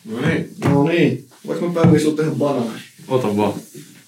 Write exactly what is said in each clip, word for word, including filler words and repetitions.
No niin. No niin. Voinko mä päiviin sut tehdä banaani? Ota vaan.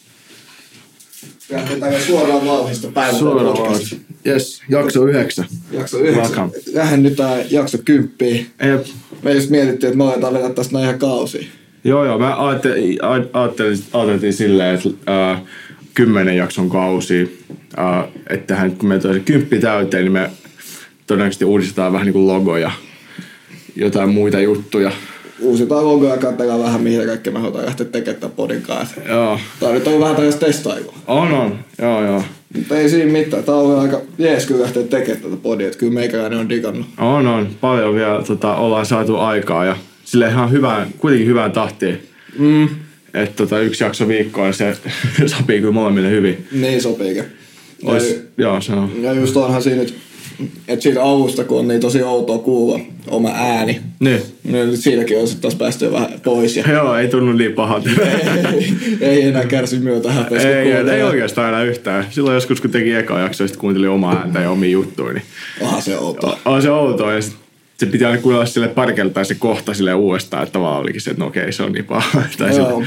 Lähdetään suoraan vauhdista päivän. Suoraan vauhdista. Jes, jakso yhdeksän. Jakso yhdeksän. Lähennytään jakso kymppiin. Jep. Me just mietittiin, että me aletaan vetää tästä näin ihan kausia. Joo joo, mä ajattelin, ajattelin silleen, että äh, kymmenen jakson kausi. Äh, että kun me toisi kymppi täyteen, niin me todennäköisesti uudistetaan vähän niin kuin logoja. Jotain muita juttuja. Uusitaan logoja ja katsellaan vähän mihin kaikkea me halutaan lähteä tekemään tämän podin kanssa. Joo. Tää nyt on vähän tällaista testailua. On on, joo joo. Mutta ei siinä mitään. Tää on aika jees kyllä lähteä tekemään tätä podia. Että kyllä meikäläinen on digannut. On on. Paljon vielä tota, ollaan saatu aikaa ja silleen ihan hyvään, kuitenkin hyvään tahtiin. Mm. Että tota, yksi jakso viikkoon se sopii kyllä molemmille hyvin. Niin sopiikin. Ois, ja, joo, se on. Ja just onhan siinä nyt, että siitä alusta kun on niin tosi outoa kuulla oma ääni. Niin. Niin siinäkin on sitten taas päästy vähän pois. Ja joo, ei tunnu niin pahalta. ei, ei enää kärsi myötä häpeästi. Ei, ei, ei oikeastaan enää yhtään. Silloin joskus kun teki eka jakso ja sitten kuuntelin omaa ääntä ja omia juttuja. Niin onhan se outoa. On se outoa ja sit se piti aina kuunnella sille pari kertaa se kohta sille uudestaan, että tavallaan olikin se, että no okei, se on niin paha. Joo.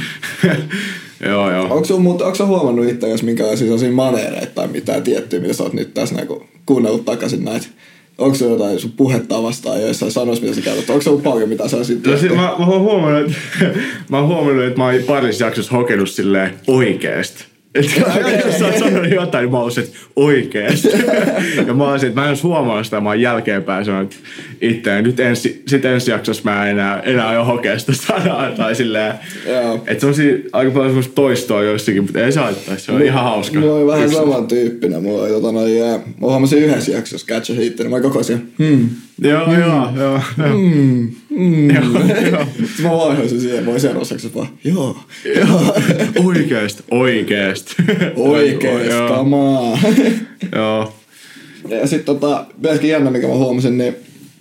joo, joo. Onko sä, onko sä huomannut itse, jos minkälaisia sellaisia maneereita tai mitään tiettyä, mitä sä oot nyt tässä näin, kun kuunnellut takaisin näitä? Onko se jotain sun puhetta vastaan joissain sanoissa, mitä sä käytät? Onko se ollut paljon, mitä sä olisit no, mä, mä oon huomannut, että mä oon huomannut, että mä oon parissa jaksossa hokenut silleen oikeesti. Että jos sä oot sanonut jotain, niin mä oon että oikeesti. Ja mä oon että mä en olisi huomannut sitä, mä oon jälkeenpäin sanonut itseään. Nyt ensi, sit ensi jaksossa mä en enää, enää jo hokea sitä sanaa. Tai silleen, että se on siinä aika paljon semmoista toistoa joissakin, mutta ei saa haittaa. Se on no, ihan hauska. Mulla oli vähän samantyyppinen. Mulla oli tota noin, ja mä huomasin yhdessä jaksossa catch a hittinen. Mä olin koko ajan siihen, hmm. Joo, mm. joo, joo. Hmm. Mm. Joo, joo. Sitten mä vaihoisin siihen, mä olin sen osaksi vaan, joo. Joo. Oikeesti, oikeesti. Oikeesti, kamaa. Joo. Ja sit tota, myöskin jännä, mikä mä huomasin, niin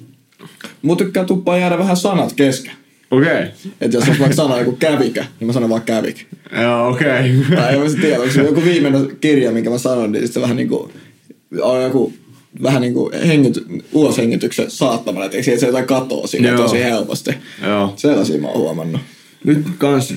mun tykkää tuppaa jäädä vähän sanat kesken. Okei. Okay. Että jos vaikka sanoo joku kävikä, niin mä sanon vaan kävik. Joo, okei. Okay. Tai en mä sit tiedä, onko se joku viimeinen kirja, minkä mä sanon, niin sit se vähän niinku on joku vähän niinku hengity, uloshengityksen saattamana, että se jotain katoo siinä joo. Tosi helposti. Joo. Sellaisia mä oon huomannut. Nyt kans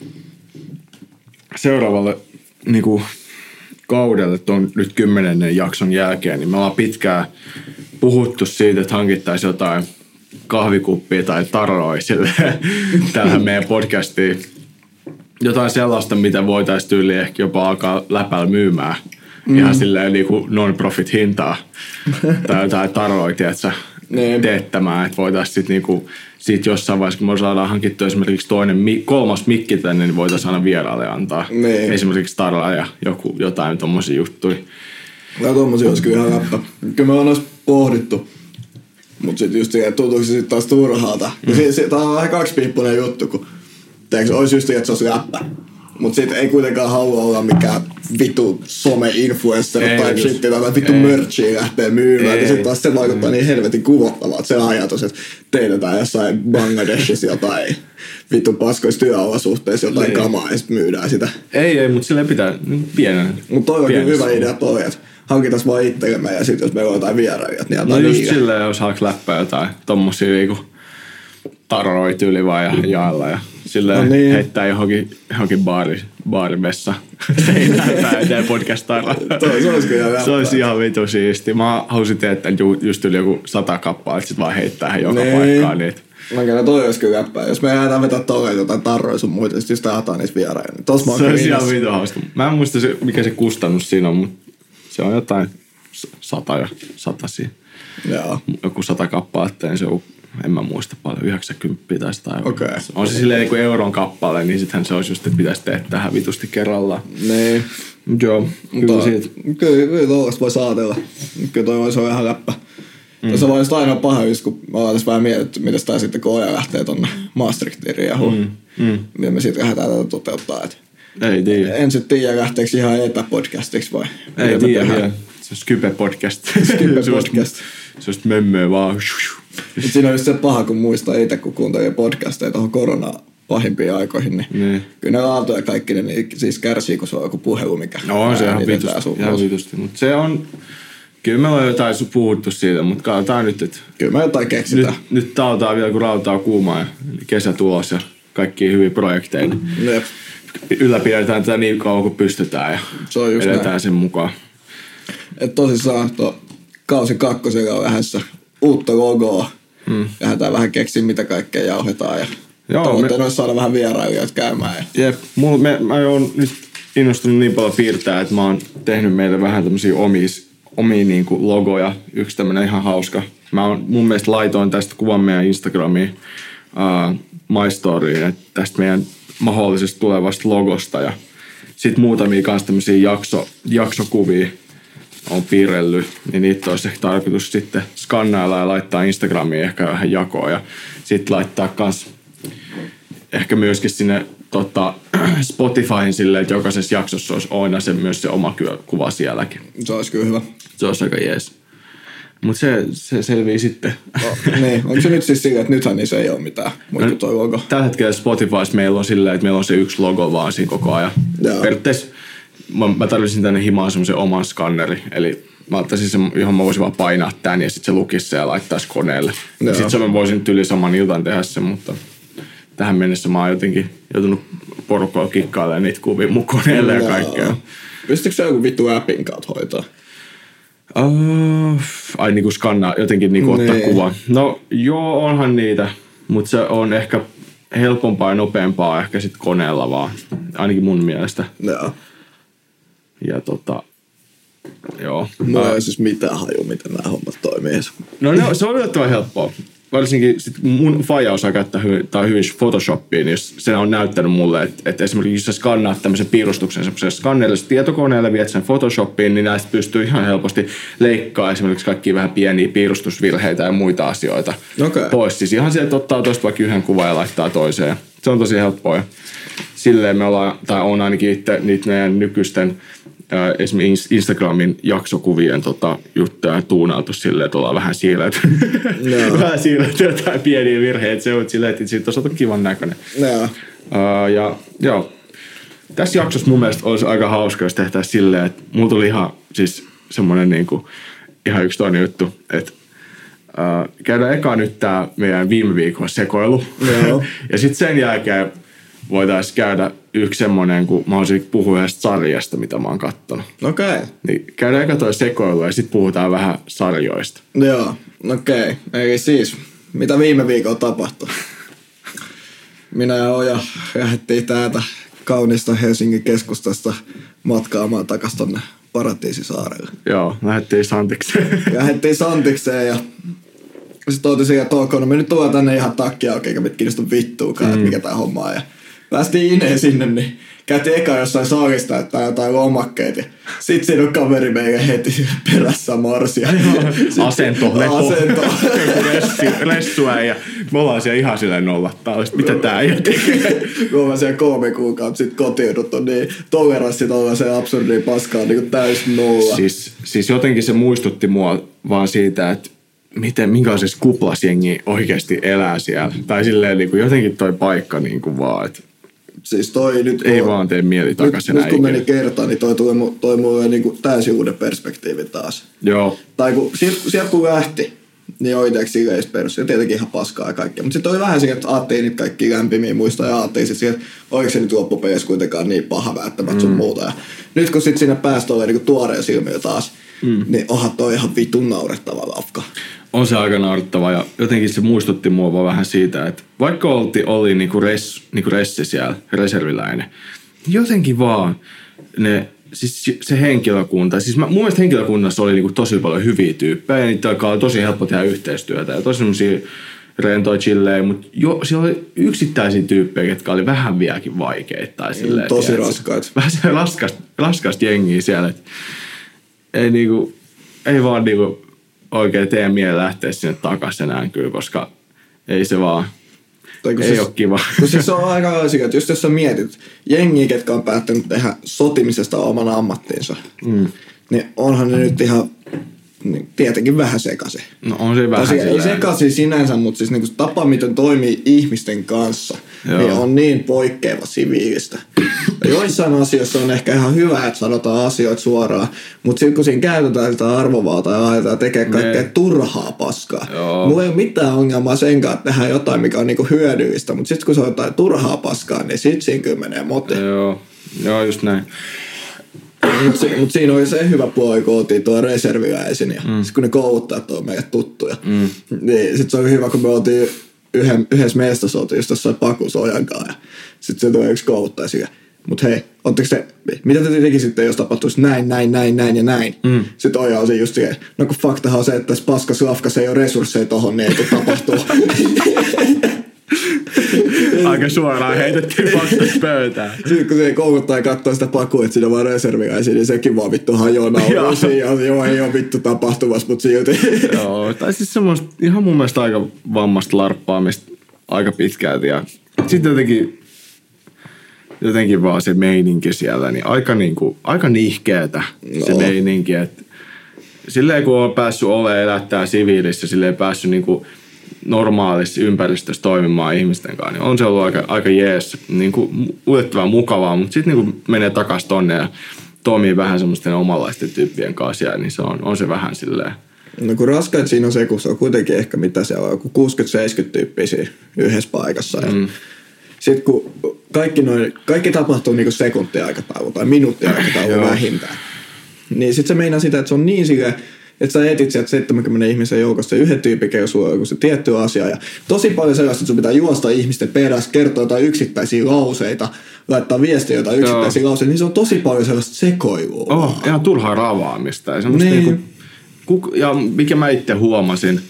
seuraavalle niinku kaudelle tuon nyt kymmenennen jakson jälkeen, niin me ollaan pitkään puhuttu siitä, että hankittaisiin jotain kahvikuppia tai taroa sille tähän meidän podcastiin. Jotain sellaista, mitä voitaisiin tyyli ehkä jopa alkaa läpällä myymään. Mm. Ihan silleen niinku non-profit hintaa. Tai jotain taroa, tiedätkö, teettämään. Että voitaisiin sitten niinku, sit jossain vaiheessa, kun me saadaan hankittua esimerkiksi toinen, kolmas mikki tänne, niin voitaisiin aina vieraalle antaa. Ne. Esimerkiksi taroa ja joku, jotain tommosia juttuja. Ja tommosia olisi kyllä ihan läppä. Kyllä me ollaan pohdittu. Mut sit just siihen, että tuntuuko se sit taas turhaalta. Mm. Si- si- tää on vähän kaksipiippunen juttu, kun teekö, olisi just siihen, että se olisi läppä. Mut sit ei kuitenkaan halua olla mikään vitu some-influencer tai shit, tai vitu merchia lähtee myymään. Ja sit taas se vaikuttaa mm. niin helvetin kuvottavalta se ajatus, että teetetään jossain Bangladeshissa jotain vittu paskoissa työolosuhteissa jotain ei. Kamaa ja sit myydään sitä. Ei, ei, mut silleen pitää pienen. Mut toi on kyllä hyvä idea toi, että hankitais vaan itsellemme ja sit jos meillä on jotain vierailijat, niin no just liiga. Silleen, jos haluat läppää jotain tommosia niinku taroit yli vaan ja jaella ja silleen no niin. Heittää johonkin, johonkin baari, baarimessa seinään täyteen podcast-tarra. Se olisi kyllä läppää. Se olisi ihan vitu siisti. Mä halusin tehdä ju, just yli joku sata kappaa, että sit vaan heittää joka niin. Paikkaan niitä. Mä kyllä toi olisi kyllä läppää. Jos me jäädään vetää tolleen jotain tarroja sun muita, sit just haetaan niitä vieraajia. Niin tos mä se olisi ihan vitu hauska. Mä en muista se, mikä se kustannus siinä on, mutta se on jotain sata ja satasia. Joo. Joku sata kappaletta, niin se on, en mä muista paljon, yhdeksänkymmentä tai sitä. Okay. On se silleen niin kuin euron kappale, niin sittenhän se olisi just, että pitäisi tehdä tähän vitusti kerrallaan. Niin. Joo, kyllä Mutta, siitä. Kyllä, kyllä tuollaista voi saatella. Kyllä toi voisi olla ihan läppä. Mm. Tässä on aina paha, just kun mä oon tässä vähän mietitty, miten tää sitten kun Oja lähtee tonne Maastrichtiin riehuun. Mm. Mm. Miten me siitä lähdetään tätä toteuttaa. Et ei tiedä. En sit tiedä, lähteekö ihan etäpodcastiksi vai? Ei tiedä vielä. Se on Skype-podcast. Skype-podcast. Se on mömmöä vaan. Mut siinä on just se paha, kun muistaa itse, kun kuuntelee podcasteja tuohon koronaan pahimpiin aikoihin, niin ne. Kyllä ne laatu ja kaikki ne niin siis kärsii, kun se on joku puhelu, mikä no on se ihan vitusti, ihan vitusti. Mutta se on Kyllä me ollaan jotain puhuttu siitä, mutta katsotaan nyt, että... Kyllä me jotain keksitään. Nyt, nyt tautaa vielä, kun rautaa kuumaa ja kesä tulos ja kaikkia hyviä projekteja. Jep. Ylläpidetään tätä niin kauan kuin pystytään ja se on just edetään näin. sen mukaan. Et tosissaan tuo kausi kakkosella on vähässä uutta logoa. Mm. Lähdetään vähän keksiä, mitä kaikkea jauhetaan. Ja tavoitteena me... olisi saada vähän vierailijoita käymään. Ja... Jep. Mulla, me, mä oon nyt innostunut niin paljon piirtää, että mä oon tehnyt meille vähän tämmöisiä omia, omia niin kuin logoja. Yksi tämmönen ihan hauska. Mä oon mun mielestä laitoin tästä kuvan meidän Instagramiin uh, My Storyin, että tästä meidän mahdollisesta tulevasta logosta. Ja sit muutamia kans tämmöisiä jakso, jaksokuvia on piirrellyt, niin niitä olisi ehkä tarkoitus sitten skannailla ja laittaa Instagramiin ehkä vähän jakoa. Ja sitten laittaa kans ehkä myöskin sinne tota, Spotifyhin silleen, että jokaisessa jaksossa olisi aina se, myös se oma kuva sielläkin. Se olisi kyllä hyvä. Se olisi aika jees. Mutta se, se selvii sitten. No, niin, onko se nyt siis silleen, että nythän niin se ei ole mitään muuta kuin toi logo? Tällä hetkellä Spotifyssa meillä on silleen, että meillä on se yksi logo vaan siinä koko ajan. Jaa. Periaatteessa mä, mä tarvitsin tänne himaan semmoisen oman skanneri, eli mä ottaisin sen, johon mä voisin vaan painaa tän ja sitten se lukisi se ja laittaisi koneelle. Sitten mä voisin yli saman iltan tehdä sen, mutta tähän mennessä mä oon jotenkin joutunut porukkaa kikkailemaan niitä kuvia mun koneelle ja kaikkea. Pystytkö sä joku vittu appin kautta hoitaa? Uh, ai niinku skannaa, jotenkin niinku ottaa niin. kuva. No joo, onhan niitä, mutta se on ehkä helpompaa ja nopeampaa ehkä sit koneella vaan, ainakin mun mielestä. Joo. Ja tota, joo. Mulla ei siis mitään haju, miten nämä hommat toimii. No ne, se on yllättävän helppoa. Varsinkin sit mun faija osaa käyttää hyvin, tai hyvin Photoshopia, niin se on näyttänyt mulle, että, että esimerkiksi jos sä skannaat tämmöisen piirustuksen semmoiselle skannerille tietokoneelle, viet sen Photoshopiin, niin näistä pystyy ihan helposti leikkaamaan esimerkiksi kaikkia vähän pieniä piirustusvirheitä ja muita asioita okay. pois. Siis ihan sieltä ottaa tosta vaikka yhden kuvan ja laittaa toiseen. Se on tosi helppoa. Ja silleen me ollaan, tai on ainakin itse niitä meidän nykyisten Äh, esimerkiksi Instagramin jaksokuvien tota, juttuja tuunailtu silleen, että ollaan vähän siirretty. No. vähän siirretty jotain pieniä virheitä. Se on silleen, että siitä olisi ollut kivan näköinen. No. Uh, ja joo. Tässä jaksossa mun mielestä olisi aika hauska, jos tehtäisiin silleen, että mulla tuli ihan siis semmoinen niinku, ihan yksi toinen juttu, että uh, käydään eka nyt tää meidän viime viikon sekoilu. No. ja sitten sen jälkeen voitaisiin käydä yksi semmoinen, kun mä olisin puhua yhdestä sarjasta, mitä mä oon kattonut. Okei. Okay. Niin käydään eka toi sekoilu ja sitten puhutaan vähän sarjoista. Joo, okei. Okay. Eli siis, mitä viime viikolla tapahtui? Minä ja Oja lähdettiin täältä kaunista Helsingin keskustasta matkaamaan takas tonne Paratiisisaarelle. Joo, lähdettiin Santikseen. lähdettiin Santikseen ja sitten oltiin siihen, että ok, no me nyt tullaan tänne ihan takki auki, eikä meitä kiinnosta vittuukaan, mm. mikä tää homma on. Ja päästiin Ineen sinne, niin käytiin eka jossain saarista, että jotain lomakkeita. Sitten siinä on kaveri meidän heti perässä morsia. Asento, lepo. Asento. Ressua ja me ollaan siellä ihan silleen nollattaa. Mitä tää ei tekee? Me ollaan siellä kolme kuukautta sitten kotiuduttu, niin toleranssi tollaiseen absurdiin paskaan niin täys nolla. Siis, siis jotenkin se muistutti mua vaan siitä, että miten, minkälaisessa kuplassa jengi oikeasti elää siellä. Tai silleen niin kuin jotenkin toi paikka niin kuin vaan, että siis toi nyt ei on, vaan tee mieli takaisin nyt, nyt kun meni kertaan, niin toi toi, toi mulle niin kuin täysin uuden perspektiivin taas. Joo. Tai kun sieltä kun lähti, niin oikeaksi silleen perus. Ja tietenkin ihan paskaa ja kaikkea. Mutta sitten oli vähän siihen, että aattiin niitä kaikki lämpimiä muista ja aattiin sitten siihen, että oliko se nyt loppupeleissä kuitenkaan niin paha välttämättä mm. sun muuta. Ja nyt kun sitten sinne päästä oli niin tuoreen silmiä taas, mm. niin onhan toi ihan vitun naurettava lafka. On se aika naurettava ja jotenkin se muistutti mua vaan vähän siitä, että vaikka olti, oli niinku, res, niinku ressi siellä, reserviläinen, jotenkin vaan ne, siis se henkilökunta, siis mä, mun mielestä henkilökunnassa oli niinku tosi paljon hyviä tyyppejä ja niitä oli tosi helppo tehdä yhteistyötä ja tosi semmosia rentoja chillejä, mutta jo, siellä oli yksittäisiä tyyppejä, jotka oli vähän vieläkin vaikeita. Tai silleen, tosi raskaita. Vähän se raskasta, raskasta jengiä siellä, että ei, niinku, ei vaan niinku oikein tee mieli lähteä sinne takaisin enää kyllä, koska ei se vaan, ei siis, ole kiva. Kun siis se on aika asia, että just jos sä mietit jengiä, ketkä on päättänyt tehdä sotimisesta oman ammattiinsa, mm. niin onhan ne nyt ihan niin tietenkin vähän sekaisin. No on se vähän silleen. Ei sekaisin sinänsä, mutta siis niinku tapa, miten toimii ihmisten kanssa, niin on niin poikkeava siviilistä. Joissain asioissa on ehkä ihan hyvä, että sanotaan asioita suoraan, mutta sitten kun siinä käytetään sitä arvovaltaa ja aletaan tekemään kaikkea ne. turhaa paskaa. Joo. Mulla ei ole mitään ongelmaa sen kanssa, että tehdään jotain, mikä on niinku hyödyllistä, mutta sitten kun se on jotain turhaa paskaa, niin sitten siinä kyllä menee motiin. Joo, Joo just näin. Mutta si, mut siinä oli se hyvä puoli, kun oltiin tuo reserviläisin ja mm. sit kun ne kouluttajat on meille tuttuja, mm. niin sitten se oli hyvä, kun me oltiin yhden, yhdessä mestassa, oltiin just jossain pakussa ojankaan ja sitten se tuli yksi kouluttaja siihen. Mutta hei, ootteko te, mitä te tekisitte, jos tapahtuisi näin, näin, näin, näin ja näin? Mm. Sitten Oja on siinä just siihen, no kun faktahan on se, että tässä paskas lafkassa ei ole resursseja tohon, niin ei tule tapahtua. Aika suoraan heitettiin faktat pöytään. Sitten kun se kouluttaja katsoo sitä pakua, että siinä on vaan reserviläisiä, niin sekin vaan vittu hajoaa nauraa siinä. Joo, ei ole vittu tapahtumassa, mutta silti. Joo, tai siis semmoista ihan mun mielestä aika vammasta larppaamista aika pitkälti. Ja sitten jotenkin, jotenkin vaan se meininki siellä, niin aika, niinku, aika nihkeetä se no. meininki. Että silleen kun on päässyt olemaan elättää siviilissä, silleen päässyt niinku normaalissa ympäristössä toimimaan ihmisten kanssa, niin on se ollut aika, aika jees, niin kuin yllättävän mukavaa, mutta sitten niin menee takaisin tonne ja toimii vähän semmoisten omanlaisten tyyppien kanssa, ja niin se on, on se vähän silleen. No kun raskaat siinä on se, kun se on kuitenkin ehkä mitä siellä on, joku kuusikymmentä seitsemänkymmentä tyyppisiä yhdessä paikassa. Ja mm. sitten kun kaikki, noin, kaikki tapahtuu niin kuin sekuntia-aikataulu tai minuuttia-aikataulu vähintään, niin sitten se meinaa sitä, että se on niin silleen, että sä etit sieltä seitsemänkymmentä ihmisen joukosta yhden tyypin käy sulla joku se tietty asia. Ja tosi paljon sellaista, että sun pitää juosta ihmisten perässä, kertoa jotain yksittäisiä lauseita, laittaa viestiä jotain yksittäisiä Joo. lauseita, niin se on tosi paljon sellaista sekoilua. Oh, ihan turhaa ravaamista. Ja, niin. niinku, ja mikä mä itse huomasin,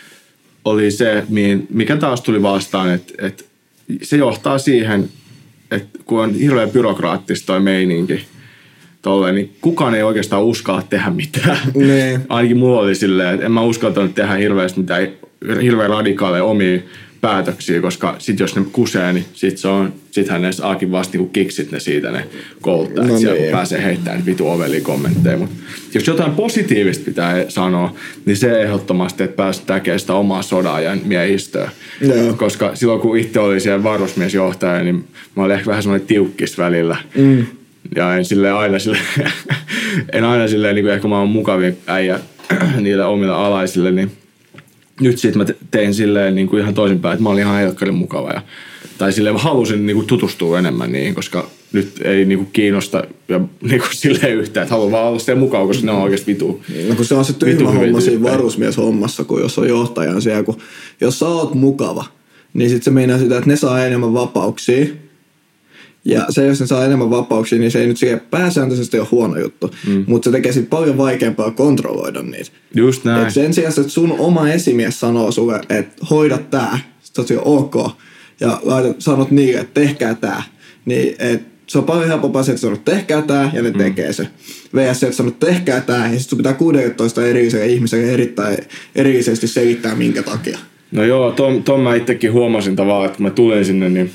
oli se, mikä taas tuli vastaan, että, että se johtaa siihen, että kun on hirveän byrokraattista toi meininki, tolleen, niin kukaan ei oikeastaan uskalla tehdä mitään. Nee. Ainakin mulla oli silleen, että en mä uskaltanut tehdä hirveästi mitään hirveän radikaaleja omia päätöksiä, koska sit jos ne kusee, niin sit se on, sithän ne saakin vasta niinku kiksit ne siitä ne kouluttajat. No siellä niin. pääsee heittämään niin vitu ovelia kommentteja. Mut jos jotain positiivista pitää sanoa, niin se ehdottomasti, että pääset tekemään sitä omaa sodaajan miehistöä. No. Koska silloin kun itse oli siellä varusmiesjohtaja, niin mä olin ehkä vähän semmoinen tiukkis välillä. Mm. Ja en silleen aina silleen, en aina silleen, niin kuin ehkä mä oon mukavin äijä niille omille alaisille, niin nyt sit mä tein silleen niin kuin ihan toisinpäin, että mä olin ihan helkkarin mukava. Ja, tai silleen halusin niin kuin tutustua enemmän niihin, koska nyt ei niin kuin kiinnosta ja niin kuin silleen yhtään, että haluan vaan olla siellä mukava, koska ne on oikeasti vitu. No kun se on se tyhmä homma siinä varusmieshommassa, kun jos on johtajan siellä, kun jos sä oot mukava, niin sit se meinaa sitä, että ne saa enemmän vapauksia. Ja se, jos ne saa enemmän vapauksia, niin se ei nyt siihen pääsääntöisesti ole huono juttu. Mm. Mutta se tekee sitten paljon vaikeampaa kontrolloida niitä. Just näin. Et sen sijaan, että sun oma esimies sanoo sulle, että hoida tää, sit se on ok. Ja laitat, sanot niin, että tehkää tää. Niin et, se on paljon helpompaa se, että sanot tehkää tää ja ne mm. tekee se. V S se, että sanot tehkää tää ja sitten sun pitää kuusitoista erilliselle ihmiselle erittäin erillisesti selittää minkä takia. No joo, ton, ton mä itsekin huomasin tavallaan, että kun mä tulin sinne, niin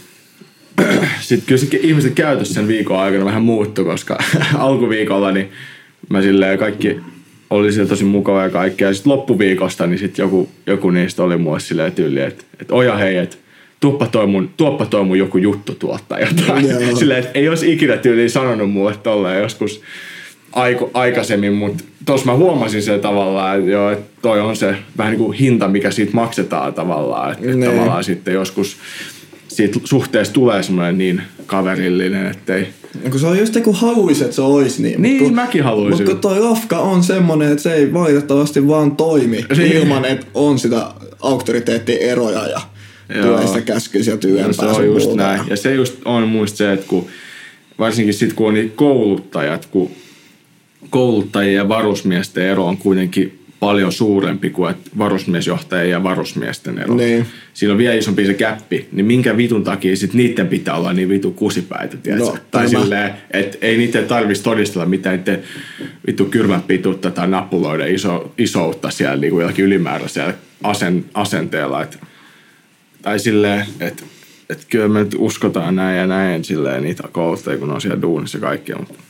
sitten kyllä se ihmisten käytös sen viikon aikana vähän muuttui, koska alkuviikolla niin mä silleen kaikki oli siellä tosi mukava ja kaikkea. Ja sitten loppuviikosta niin sitten joku, joku niistä oli mulle silleen tyyli, että, että oja hei, että tuoppa toi mun, tuoppa toi mun joku juttu tuottaa jotain. Yeah. Silleen, että ei olisi ikinä tyyliin sanonut mulle tolleen joskus aiku, aikaisemmin, mutta tuossa mä huomasin se tavallaan, että, joo, että toi on se vähän niin kuin hinta, mikä siitä maksetaan tavallaan. Että, että tavallaan sitten joskus siitä suhteesta tulee semmoinen niin kaverillinen, ettei... No kun se on just kun haluaisi, että se olisi niin. Niin, kun, mäkin haluaisin. Mutta kun toi lafka on semmoinen, että se ei valitettavasti vaan toimi niin. ilman, että on sitä auktoriteettieroja ja Joo. tulee sitä käskyä sieltä ylempää. No se on just muuta. Näin. Ja se just on muista se, että kun, varsinkin sitten kun on niitä kouluttajat, kun kouluttajien ja varusmiesten ero on kuitenkin paljon suurempi kuin varusmiesjohtajien ja varusmiesten ero. Niin. Siinä on vielä isompi se käppi, niin minkä vitun takia sit niiden pitää olla niin vitun kusipäitä, no, tai silleen, että ei niiden tarvitsisi todistella mitään niiden vitun kyrmän pituutta tai nappuloiden iso, isoutta siellä niin kuin jollakin ylimääräisellä asen, asenteella. Et, tai silleen, että et kyllä me nyt uskotaan näin ja näin silleen niitä kouluttajia, kun on siellä duunissa ja kaikkea, mutta sitten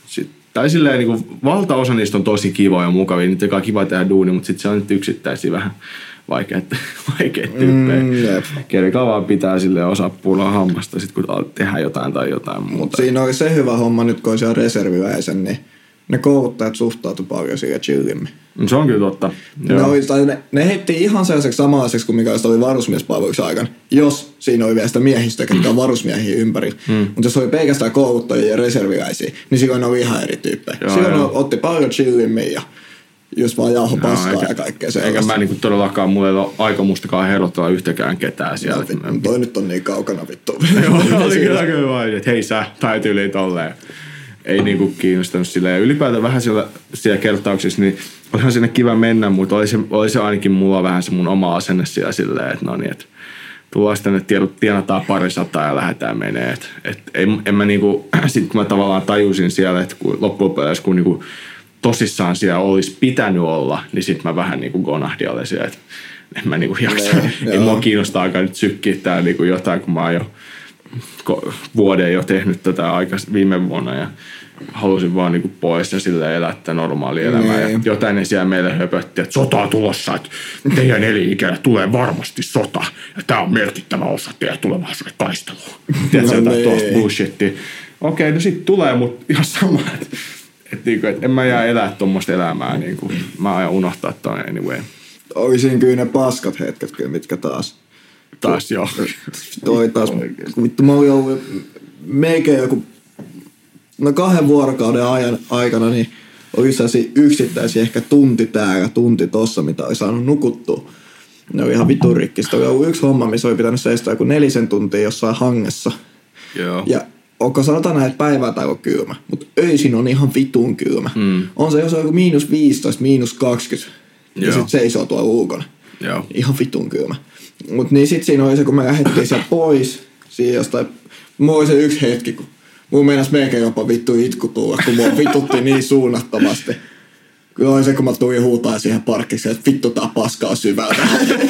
tai silleen niin kuin, valtaosa niistä on tosi kivoja ja mukavia, niitä on kiva tehdä duuni, mutta sitten se on nyt yksittäisiä vähän vaikeita, vaikeita tyyppejä. Mm, Keri vaan pitää silleen osaa pullaa hammasta, sit kun tehdään jotain tai jotain muuta. Mutta siinä oli se hyvä homma nyt, kun on siellä reserviväisen, niin ne kouluttajat suhtautu paljon siihen chillimmin. Se on kyllä totta. Ne, oli, ne, ne heitti ihan sellaiseksi samanlaiseksi kuin mikä oli varusmiespalveluksen aikana, jos siinä oli vielä sitä miehistöä, ketkä on varusmiehiä ympäri. Mm. Mutta jos oli pelkästään kouluttajia ja reserviläisiä, niin silloin ne oli ihan eri tyyppejä. Joo, silloin joo. Ne otti paljon chillimmin ja just vaan jauho paskaa no, ja kaikkea sellaista. Eikä mä niinku todellakaan, mulla ei ole aikomustakaan herotella yhtäkään ketään siellä. No, toi nyt on niin kaukana vittu. Joo, oli kyllä kyllä vain, että hei sä, tai tyyliin tolleen. Ei niinku kiinnostanut silleen. Ja ylipäätään vähän siellä, siellä kertauksissa, niin olihan sinne kiva mennä, mutta oli se, oli se ainakin mulla vähän se mun oma asenne siellä silleen, että no niin, että tullaan sitten, että tienataan pari sataa ja lähdetään menee. Et, et, en, en mä niinku, sit kun mä tavallaan tajusin siellä, että kun loppupeleissä kun niinku tosissaan siellä olisi pitänyt olla, niin sit mä vähän niinku gonahdin olen siellä, että en mä niinku jaksa. Ne, ei joo. Mua kiinnostaa aika nyt sykkiä tää niinku jotain, kun mä oon jo vuoden jo tehnyt tätä aika viime vuonna ja halusin vaan niinku pois ja silleen elättää normaalia elämää. Ja jotain ne siellä meille höpötti, että sota on tulossa, että teidän elinikällä tulee varmasti sota ja tää on merkittävä osa teidän tulevaisuuden taistelua. Tiedätkö jotain no, tuosta bullshittia? Okei, okay, no sit tulee, mutta ihan sama, että et, niinku, et en mä jää elää tuommoista elämää. Niinku, mä aion unohtaa ton anyway. Olisin kyllä ne paskat hetket, kyllä, mitkä taas Taas joo. Toi taas, kun vittu mä olin ollut melkein joku, no kahden vuorokauden ajan, aikana, niin oli sellaisia yksittäisiä ehkä tunti täällä, tunti tossa, mitä oli saanut nukuttua. Ne oli ihan vitun rikki. Sitten oli ollut yksi homma, missä oli pitänyt seistä joku nelisen tuntia jossain hangessa. Joo. Ja onko sanotaan näin, että päivää täällä on kylmä, mutta öisin on ihan vitun kylmä. Mm. On se, jos on joku miinus viisitoista, miinus kaksikymmentä, ja Joo. sit seisoo tuolla ulkona. Joo. Ihan vitun kylmä. Mut niin sit siinä oli se, kun me lähdettiin sieltä pois, siinä jostain, mulla oli se yksi hetki, kun mulla meinas melkein jopa vittu itku tulla, kun mua vitutti niin suunnattomasti. Kyllä oli se, kun mä tulin huutaa siihen parkkiksi, että vittu tää paskaa syvältä.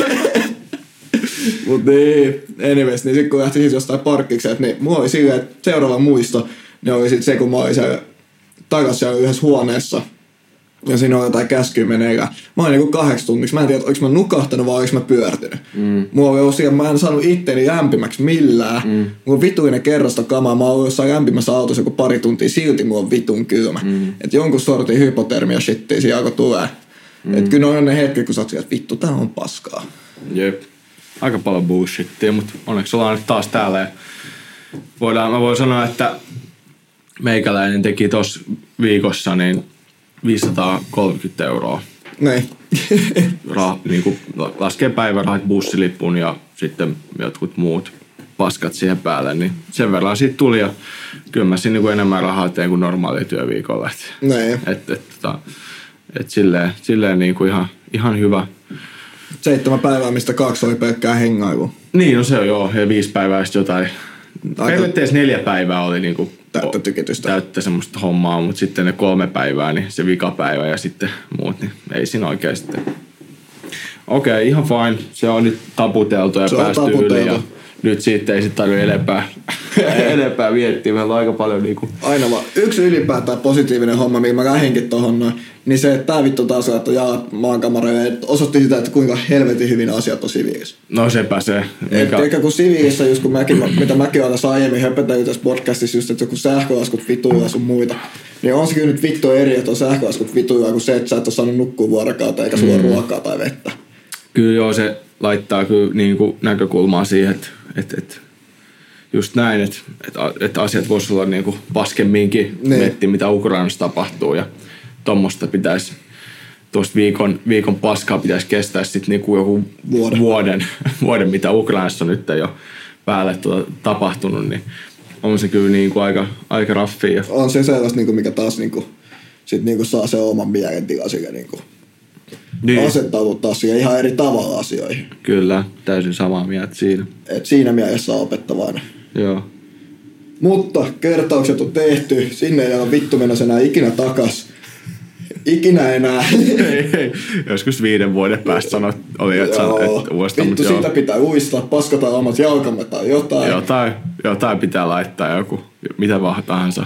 Mut niin, anyways, niin sit kun lähti siis jostain parkkikseet, niin mulla oli silleen, että seuraava muisto, niin oli sit se, kun mä olin siellä takas siellä yhdessä huoneessa. Ja siinä on jotain käskyä meneillään. Mä olin niinku kahdeksi tunniksi. Mä en tiedä, oliko mä nukahtanut vai oliko mä pyörtynyt. Mm. Mulla oli osia, mä en saanut itteeni lämpimäksi millään. Mm. Mulla on vituinen kerrosta kamaa. Mä olin jossain lämpimässä autossa joku pari tuntia. Silti mulla on vitun kylmä. Mm. Että jonkun sortin hypotermia shittiä siinä alkoi tulee. Mm. Että kyllä on ne hetki, kun sä oot siellä, että vittu, tää on paskaa. Jep. Aika paljon bullshittia, mutta onneksi ollaan nyt taas täällä. Ja voidaan, mä voin sanoa, että meikäläinen teki tossa viikossa niin viisisataakolmekymmentä euroa. Näin. Rah, niin kuin laskee päivärahat, bussilipun ja sitten jotkut muut paskat siihen päälle. Niin sen verran siitä tuli ja kyllä mä siinä niin enemmän rahaa teen kuin normaalia työviikolla. Näin. Että et, et, et silleen, silleen niin kuin ihan, ihan hyvä. Seitsemän päivää, mistä kaksi oli pelkkää hengailua. Niin, no se on joo. Ja viisi päivää sitten jotain. Periaatteessa neljä päivää oli niinku täyttä tykitystä. Täyttä semmoista hommaa, mutta sitten ne kolme päivää, niin se vikapäivä ja sitten muut, niin ei siinä oikein sitten. Okei, okay, ihan fine. Se on nyt taputeltu ja se päästy yli ja nyt siitä ei sitten tarvitse enempää, enempää viettiä. Meillä on aika paljon niinku. Aina vaan. Yksi ylipäätään positiivinen homma, mikä mä lähinkin tohon noin, niin se, että tää vittu taas laittoi jalat maankamaroja, osoitti sitä, että kuinka helvetin hyvin asiat on siviilissä. No sepä se. Mikä... Eikä kun siviilissä, just kun mäkin, mitä mäkin olen tässä aiemmin höpötellyt tässä podcastissa, just että joku sähkölaskut vituilla sun muita, niin on se kyllä nyt vittu eri, että on sähkölaskut vituilla kuin se, että sä et ole saanut nukkua vuorokautta eikä sulla mm. ruokaa tai vettä. Kyllä joo, se laittaa kyllä niin kuin näkökulmaa siihen, että, että, että just näin, että, että, että asiat voisi olla niin kuin paskemminkin miettiä, mitä Ukrainassa tapahtuu ja tuommoista pitäisi, tuosta viikon, viikon paskaa pitäisi kestää sitten niin kuin joku vuoden, vuoden, vuoden, mitä Ukrainassa on nyt jo päälle tuota tapahtunut, niin on se kyllä niin kuin aika, aika raffia. On se sellaista, niin kuin mikä taas niin kuin, sit niin kuin saa se oman mielentila sille niin kuin niin. Asettautua siihen ihan eri tavalla asioihin. Kyllä, täysin samaa mieltä siinä. Et siinä mielessä on opettavainen. Joo. Mutta kertaukset on tehty, sinne ei ole vittu mennä enää ikinä takas. Ikinä enää. ei, ei. Joskus viiden vuoden päästä sanot, oli, että sanot, että uudestaan. Vittu, siitä joo. Pitää uistaa, paskataan omat jalkamme tai jotain. Jotain, jotain pitää laittaa joku, mitä vaan tahansa.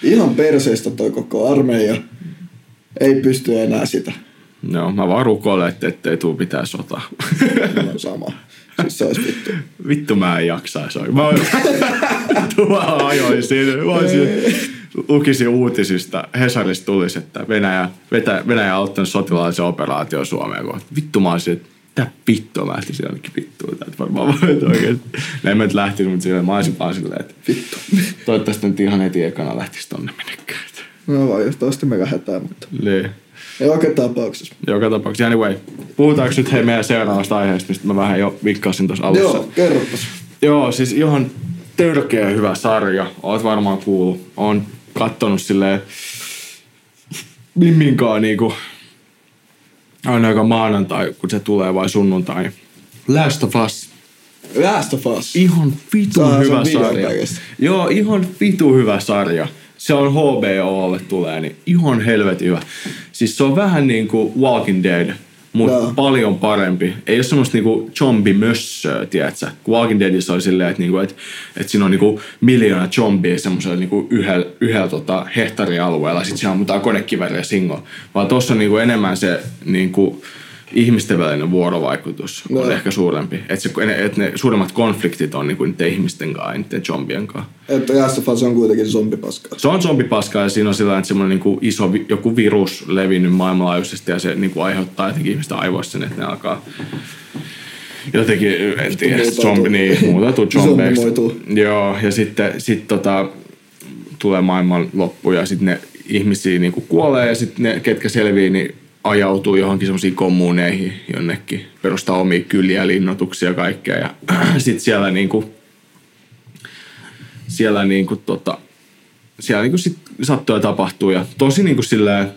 Ihan perseestä toi koko armeija. Ei pysty enää sitä. No, mä vaan rukoilen, että ettei tuu mitään sotaa. No sama. Siis se olisi vittu. Vittu mä en jaksaisi. Mä vittu mä ajoin siinä. Mä olisin, lukisin uutisista. Hesarista tulisi, että Venäjä, Vetä, Venäjä on ottanut sotilaallisen operaation Suomeen kohta. Vittu mä olisin, että tää vittu mä lähtisin jonnekin vittuun. Tää varmaan vaan oikein. En mä nyt lähtinyt, mutta silleen, mä olisin vaan silleen, että vittu. Toivottavasti nyt ihan heti ekana lähtisi tonne minnekään. No valitettavasti me lähdetään, mutta... Niin. Joka tapauksessa. Joka tapauksessa. Anyway, puhutaanko nyt hei meidän seuraavasta aiheesta, mistä mä vähän jo vikkasin tuossa alussa. Joo, kerropas. Joo, siis ihan törkeä hyvä sarja. Oot varmaan kuullut. Oon kattonut silleen Mimminkaan niinku aina joka maanantai, kun se tulee vai sunnuntai. Last of Us. Last of Us. Ihan vitu Tää hyvä sarja. Joo, ihan vitu hyvä sarja. Se on H B O:lle tulee, niin ihan helvetin hyvä. Siis se on vähän niinku Walking Dead, mutta no. paljon parempi. Ei ole semmoista niinku zombimössöä, tiedätkö? Walking Deadissä oli silleen, että niinku, et, et siinä on niinku miljoona zombia semmoisella niinku yhdellä, yhdellä tota hehtaarialueella. Sitten siinä on mitään konekiväriä singolla. Vaan tossa on niinku enemmän se niinku ihmisten välinen vuorovaikutus no. on ehkä suurempi. Että et ne suuremmat konfliktit on niinku niiden ihmisten kanssa, niiden zombien kanssa. Että Last of Us on kuitenkin zombipaskaa. Se on zombipaskaa ja siinä on sillä että semmoinen niinku iso joku virus levinnyt maailmanlaajuisesti ja se niinku aiheuttaa jotenkin ihmisten aivoissa sen, että ne alkaa jotenkin, en tiedä, zombi, niin, muutautuu zombeiksi. Joo, ja sitten sit tota, tulee maailman loppu ja sitten ne ihmisiä niinku kuolee ja sitten ne, ketkä selviää, niin ajautuu johonkin semmoisiin kommuneihin jonnekin, perustaa omia kyliä, linnoituksia ja kaikkea. Ja sitten siellä niinku, siellä niinku tota, siellä niinku sit sattuu ja tapahtuu ja tosi niinku silleen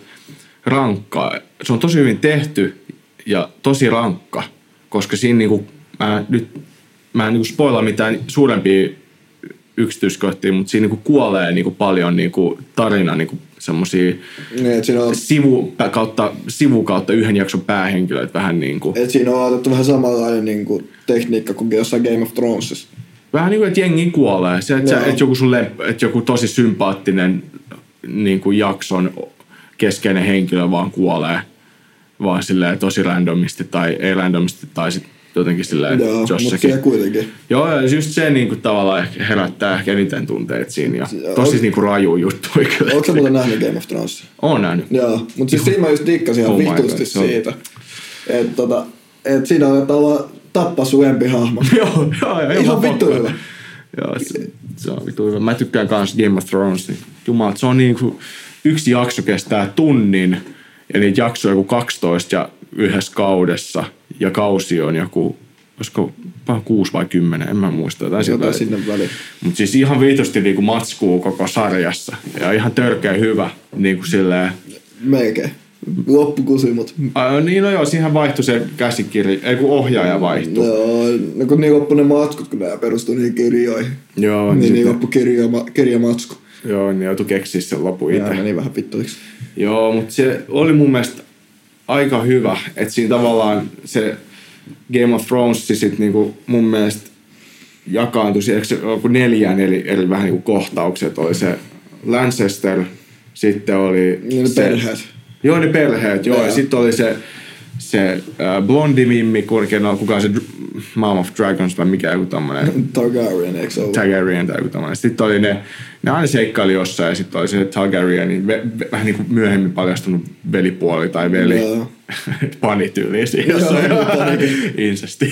rankkaa. Se on tosi hyvin tehty ja tosi rankka, koska siinä niinku, mä nyt, mä en niinku spoilaa mitään suurempia yksityiskohtia, mutta siinä niinku kuolee niinku paljon niinku tarina niinku semmosia niin, on... sivu kautta, sivu kautta yhden jakson päähenkilöitä vähän niinku. Et siinä on otettu vähän samanlainen niinku tekniikka kuin jossain Game of Thronesissa. Vähän niinku, että jengi kuolee. Se, että et joku, et joku tosi sympaattinen niinku jakson keskeinen henkilö vaan kuolee. Vaan silleen tosi randomisti tai ei randomisti tai sit jotenkin silleen joo, jossakin. Mutta kuitenkin. Joo, ja just se niinku tavallaan ehkä herättää ehkä eniten tunteet siinä. Ja tosi on... niinku raju juttu. Oletko sä muuten nähnyt Game of Thrones? Oon nähnyt. Joo, mutta siis siinä mä just dikkasin ihan oh vitusti siitä. Että tota, et siinä aletaan vaan tappaa sun lempihahmo. Joo, joo, joo. Ihan vittu hyvä. Joo, se, se on vittu hyvä. Mä tykkään kans Game of Thrones. Niin jumala, se on niinku, yksi jakso kestää tunnin. Ja niitä jaksoja joku kaksitoista ja yhdessä kaudessa. Ja kausi on joku, olisiko vähän kuusi vai kymmenen, en mä muista. Jotain sinne väliin. Mutta siis ihan viitosti niinku matskuu koko sarjassa. Ja ihan törkeä hyvä. Niinku silleen... Melkein. Loppukusimut. Ai, niin no joo, siihen vaihtui se käsikirja, ei kun ohjaaja vaihtui. Joo, no kun niin loppui ne matskut, kun nämä perustui niihin kirjoihin. Joo. Niin, niin loppui kirja, kirjamatsku. Joo, niin joutui keksiä sen lopun itse. Joo, meni vähän vittuiksi. Joo, mutta se oli mun mielestä aika hyvä, että siinä tavallaan se Game of Thrones sit niinku mun mielestä jakaantui joku neljään eri, eri vähän niinku kohtaukset. Oli se Lancaster, sitten oli... Niin se, perheet. Joo, ne perheet, joo. Ja, ja sitten oli se, se äh, blondi mimmi, no, kuka on se Mom of Dragons vai mikä joku tommonen. Targaryen, eikö se ollut? Targaryen tai joku tommonen. Sitten oli ne, ne aina seikkaili jossain ja sitten oli se Targaryenin ve, ve, vähän niin kuin myöhemmin paljastunut velipuoli tai veli. Joo. Panityyliin siinä jossain. Joo, incesti.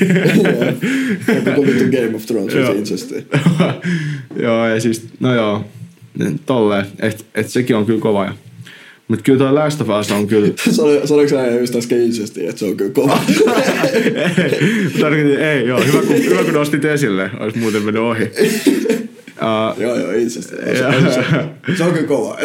Joo, koko vittu Game of Thrones on incesti. Joo, ja siis, no joo, tolleen, että et sekin on kyllä kova. Mutta kyllä toi Last of Us on kyllä... Sanoitko sä just äsken incesti, että se on kyllä kova? Tarkoitin, ei, joo. Hyvä kun, hyvä kun nostit esille. Olisi muuten mennyt ohi. Uh, joo, joo, incesti. Se on kyllä kova.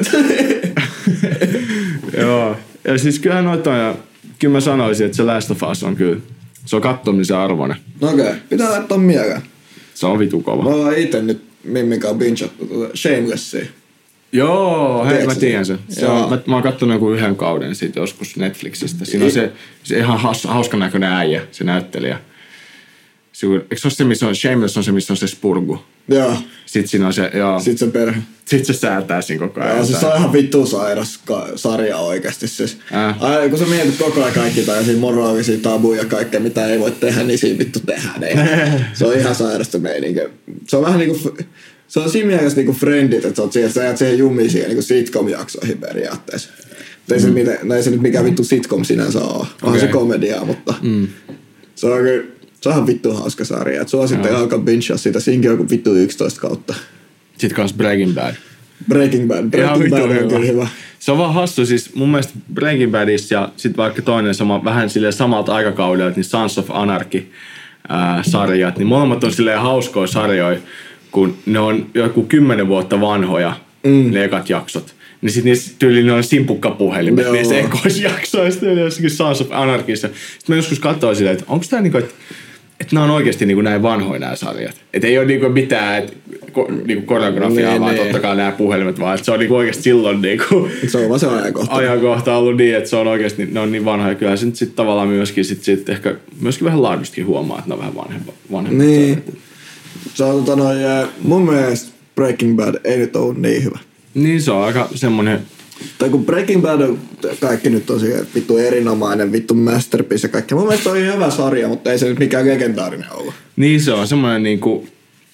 Joo. Ja siis kyllähän noita on, ja kyllä mä sanoisin, että se Last of Us on kyllä... Se on kattomisen arvoinen. Okei, okay. Pitää laittaa mieleen. Se on vitu kova. Mä oon ite nyt mimminkaan bingeattu tuota Shamelessia. Joo, hei, mä tiedän sen. Se on, mä, mä oon kattonut joku yhden kauden siitä joskus Netflixistä. Siinä on se, se ihan hauska näköinen äijä, se näyttelijä. Eikö se ole se, missä on Shameless, on se, missä on se spurgu? Joo. Sitten siinä on se, joo. Sitten se perhe. Sitten se säätää siinä koko ajan. Joo, siis se on ihan vittu sairas ka- sarja oikeasti. Siis. Äh. Ai, kun sä mietit koko ajan kaikki tällaisia moraalisia tabuja ja kaikkea, mitä ei voi tehdä, niin siinä vittu tehdään. Ei. Se on ihan sairasta meininkiä. Se on vähän niinku, se on siinä mielessä niinku Friendit, että sä oot siihen, että sä jäät siihen jumiin siihen niinku sitcom-jaksoihin periaatteessa. Mm. Ei, se, no ei se nyt mikään vittu sitcom sinänsä ole. Onhan okay. Se komediaa, mutta mm. se on kyllä, se on ihan vittu hauska sarja. Et suosittelen alkaa bingea siitä. Siinkin on kuin vittu yksitoista kautta. Sitten kans Breaking Bad. Breaking Bad. Breaking Bad on kyllä hyvä. Se on vaan hassu. Siis mun mielestä Breaking Badissa ja sitten vaikka toinen sama, vähän silleen samalta aikakaudelta, niin Sons of Anarchy ää, sarjat, niin molemmat on silleen hauskoja sarjoja, kun ne on joku kymmenen vuotta vanhoja, mm. ne ekat jaksot. Niin sit niissä tyyliin ne on simpukkapuhelimet no. niissä ekoisjaksoissa, ne jossakin Sons of Anarchyssa. Sitten mä joskus katsoin silleen, että onko tää niinku, että et nämä on oikeasti niinku näin vanhoja nämä sarjat. Että ei ole niinku mitään et, ko, niinku koreografiaa, vaan totta kai nämä puhelimet, vaan että se on niinku oikeasti silloin niinku se on vaan se ajankohta. ajankohta ollut niin, että se on oikeasti, ne on niin vanhoja. Kyllä se nyt sitten tavallaan myöskin, sit, sit ehkä myöskin vähän laadustakin huomaa, että ne on vähän vanhemmat. vanhemmat niin. Sarjat. Se on tota noin, mun mielestä Breaking Bad ei nyt ole niin hyvä. Niin se on aika semmonen. Tai kun Breaking Bad on kaikki nyt tosiaan vittu erinomainen, vittu masterpiece ja kaikki. Mun mielestä on hyvä sarja, mutta ei se nyt mikään legendaarinen ollut. Niin se on semmoinen niinku,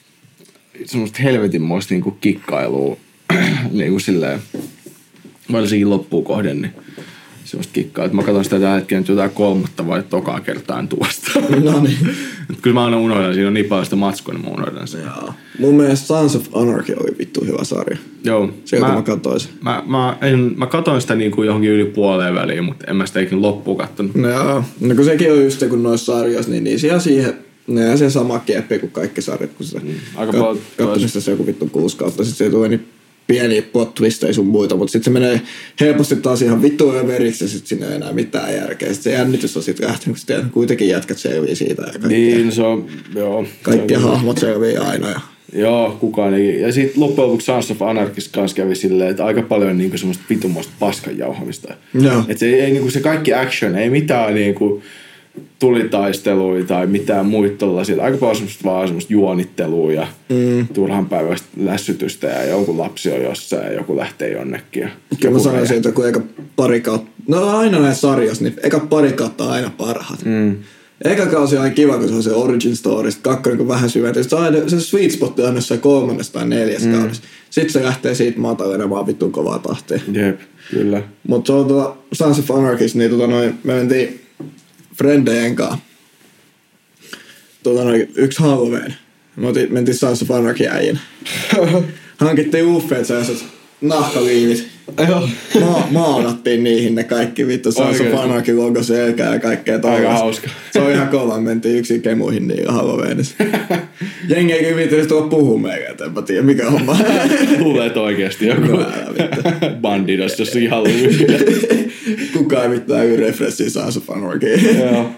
semmoista helvetinmoista niinku kikkailua, niinku silleen, varsinkin loppuun kohden, niin semmoista kikkaa. Mä katson sitä tällä hetkellä nyt jotain kolmatta vai tokaa kertaan tuosta. No niin. Kyllä mä aina unohdan, siinä on niin paljon sitä matskua, niin mä unohdan sen. Joo. Mun mielestä Sons of Anarchy oli vittu hyvä sarja. Joo. Sieltä mä, mä katsoin sen. Mä, mä, en, mä katsoin sitä niinku johonkin yli puoleen väliin, mutta en mä sitä ikinä loppuun kattonut. No joo. No kun sekin on just se, kun noissa sarjoissa, niin, niin siellä siihen, ne on se sama kieppi kuin kaikki sarjat, kun sitä mm, aika kat, paljon katsoin sitä se joku vittu kuusi kautta. Sitten se tulee niin pieniä plot twistejä sun muita, mutta sitten se menee helposti taas ihan vittu överiksi ja sitten siinä ei enää mitään järkeä. Sitten se jännitys on sitten lähtenyt, kun kuitenkin jätkät selvii siitä. Ja kaikkea. Niin, se on, joo. Kaikki se on hahmot selvii aina. Ja joo, kukaan ei. Ja sitten loppujen lopuksi Sons of Anarchys kanssa kävi silleen, että aika paljon niinku semmoista vitumoista paskanjauhamista. Että se, ei, niinku, se kaikki action, ei mitään niinku tulitaisteluja tai mitään muita tollaisia. Aika paljon semmoista vaan semmoista juonittelua ja mm. turhan päivästä lässytystä ja joku lapsi on jossain ja joku lähtee jonnekin. Ja kyllä mä sanoisin, että kun eka pari kautta, no aina näissä sarjoissa, niin eka pari kautta on aina parhaat. Mm. Eka kausi on kiva, kun se on se origin story, sitten kakkonen kun vähän syvempi. Se, se sweet spot on aina jossain kolmannessa tai neljäs mm. kaudessa. Sitten se lähtee siitä mataleena vaan vittuun kovaa tahtia. Jep, kyllä. Mutta se on tuota Sons of Anarchys, niin tota noin, me mentiin Frendejen kanssa. Tota noin, yksi Halloween. Me mentiin Sons of Anarchy äijän. Hankittiin uffeet sellaiset nahkaliivit. Ma- maalattiin niihin ne kaikki vittu Sons of Anarchy logo selkää ja kaikkea tollaista. Aika hauska. Se on ihan kova. Mentiin yksin kemuihin niin Halloweenissa. Jengi ei kyllä viittyisi tulla puhua meidän, et enpä tiedä mikä homma. Luulet oikeesti joku no, bandidos jossakin Halloweenissa. Kukaan ei mitään yhden referenssiä Sons of Anarchy. Joo.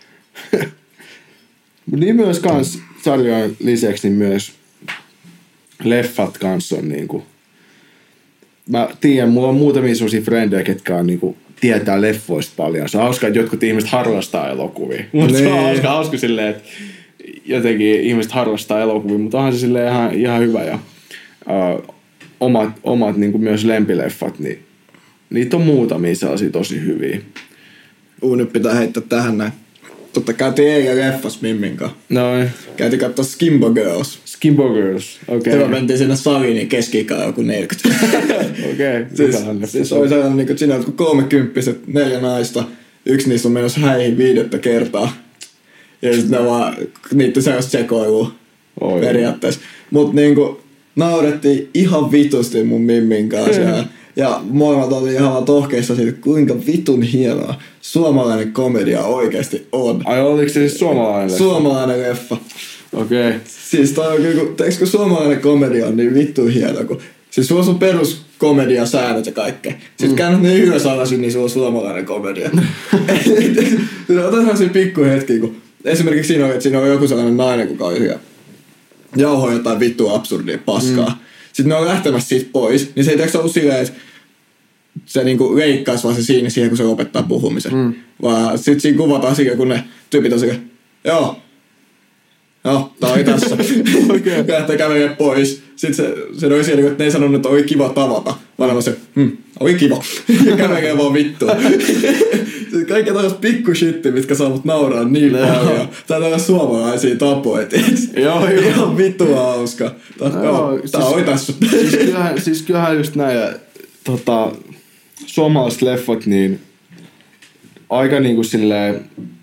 Mut niin myös kans sarjojen lisäksi niin myös leffat kans on niinku. Mä tiedän, mulla on muutamia sellaisia frendejä, ketkä on niinku tietää leffoista paljon. Se on hauska, että jotkut ihmiset harrastaa elokuvia. Mutta se on hauska, hauska silleen, että jotenkin ihmiset harrastaa elokuvia, mutta onhan se silleen ihan, ihan hyvä. Ja uh, omat, omat niinku myös lempileffat, niin niitä on muutamia sellaisia tosi hyviä. Uu, nyt pitää heittää tähän näin. Totta käytiin eikä leffas Mimmin kanssa. Noin. Käytiin katsoa Skimbo Girls. Skimbo Girls, okei. Okay. Mentiin sinne saliin, niin keski-ikä joku neljäkymmentä. Okei. Okay. Siis, siis oli sellainen, niin kuin, siinä on kolmekymppiset, neljä naista. Yksi niistä on menossa häihin viidettä kertaa. Ja sitten ne vaan, niitä sellaista sekoilua Oi. periaatteessa. Mut niinku, naurettiin ihan vitusti mun Mimmin kanssa. ja, ja molemmat oli ihan tohkeissa siitä, kuinka vitun hienoa suomalainen komedia oikeesti on. Ai oliko se siis suomalainen leffa? Suomalainen leffa. Okei. Okay. Siis toi on kyllä, teekö kun suomalainen komedia on niin vittu hieno, kun siis sulla on sun peruskomedian säännöt ja kaikkea. Sitten mm. käännät ne yhdessä alasin, niin sulla on suomalainen komedia. Siinä on sellaisia pikkuhetkiä, kun esimerkiksi siinä on, että siinä on joku sellainen nainen, kuka on ihan jauhoa jotain vittu absurdia paskaa. Mm. Sitten ne on lähtemässä siitä pois, niin se ei teekö ollut silleen, että se niinku leikkaisi vaan se siinä siihen, kun se lopettaa puhumisen. Mm. Vaan sit siinä kuvataan siihen, kun ne tyypit on silleen, joo, no, tää oli tässä. Okei. Lähtee kävelee pois. Sitten se, se oli siellä, että ne ei sanonut, että oli kiva tavata. Vaan on se, hm, oli kiva. Ja kävelee vaan vittua. Sitten kaikki tällaiset pikkushitti, mitkä saa mut nauraa niin paljon. Tää on tällaisia suomalaisia tapoja, tiiäks? Joo, joo. Ihan vittua hauska. Tää, No, joo, siis- tää oli tässä. Siis kyllähän, siis kyllähän just näin, ja, tota, suomalaiset leffot, niin aika niinku silleen,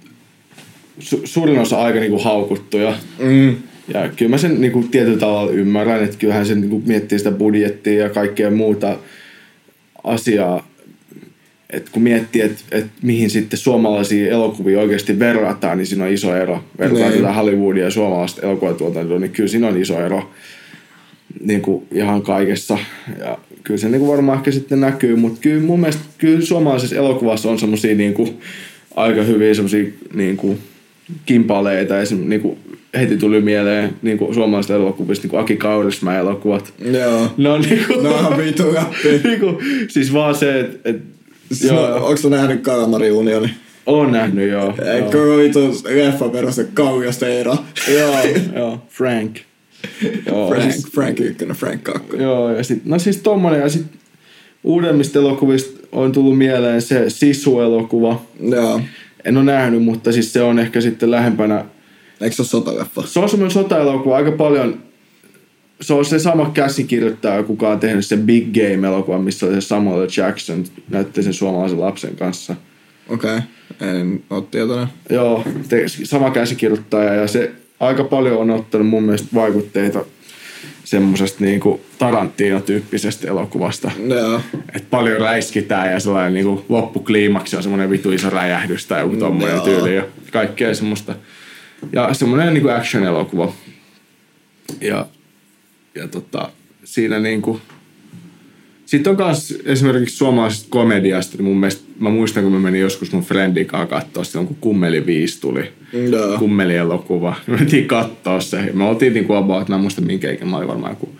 su, suurin osa aika niinku haukuttuja. Mm. Ja kyllä mä sen niinku tietyllä tavalla ymmärrän, että kyllähän sen niinku miettii sitä budjettia ja kaikkea muuta asiaa. Et kun miettii, että et mihin sitten suomalaisia elokuvia oikeasti verrataan, niin siinä on iso ero. Verrataan Niin. tätä Hollywoodia ja suomalaista elokuvatuotantoa, niin kyllä siinä on iso ero niin kuin ihan kaikessa. Ja kyllä se niin kuin varmaan ehkä sitten näkyy, mutta kyllä mun mielestä kyllä suomalaisessa elokuvassa on semmosia niin kuin aika hyviä semmosia niin kuin kimpaleita. Esimerkiksi niin kuin heti tuli mieleen niin kuin suomalaisista elokuvista niin kuin Aki Kaurismäen elokuvat. Joo. Ne on niin kuin, No on vitu räppi. niin kuin, siis vaan se, että et, Siis joo, no, onks sä nähnyt Kalmari Unioni? on nähnyt joo. joo. Eikö vitu leffa peruste Kaujasta Eero? Joo, joo, Frank. Joo, Frank, siis, Frank ykkönen, Frank kakkonen. joo, ja sit, no siis tommonen, ja sit uudemmista elokuvista on tullut mieleen se Sisu-elokuva. Joo. En ole nähnyt, mutta siis se on ehkä sitten lähempänä. Eikö se ole sotaleffa? Se on semmoinen sota-elokuva aika paljon. Se on se sama käsikirjoittaja, kuka on tehnyt sen Big Game-elokuvan, missä oli se Samuel Jackson, näytti sen suomalaisen lapsen kanssa. Okei, okay. En oo tietoinen. Joo, te, sama käsikirjoittaja, ja se aika paljon on ottanut mun mielestä vaikutteita semmosesta niinku Tarantino-tyyppisestä elokuvasta. Joo. Et paljon räiskitään ja sellainen niinku loppukliimaksi on semmoinen vitu iso räjähdys tai joku tommoinen Joo. tyyli ja kaikkea semmoista. Ja semmoinen niinku action-elokuva. Ja, ja tota, siinä niinku... Sitten on kans esimerkiksi suomalaisesta komediasta, niin mun mielestä, mä muistan kun mä menin joskus mun friendin kanssa kattoo silloin kun Kummeli viisi tuli. Joo. Kummeli-elokuva. Me mentiin kattoo se. Me oltiin niinku about, mä en muista minkä ikä, mä olin varmaan joku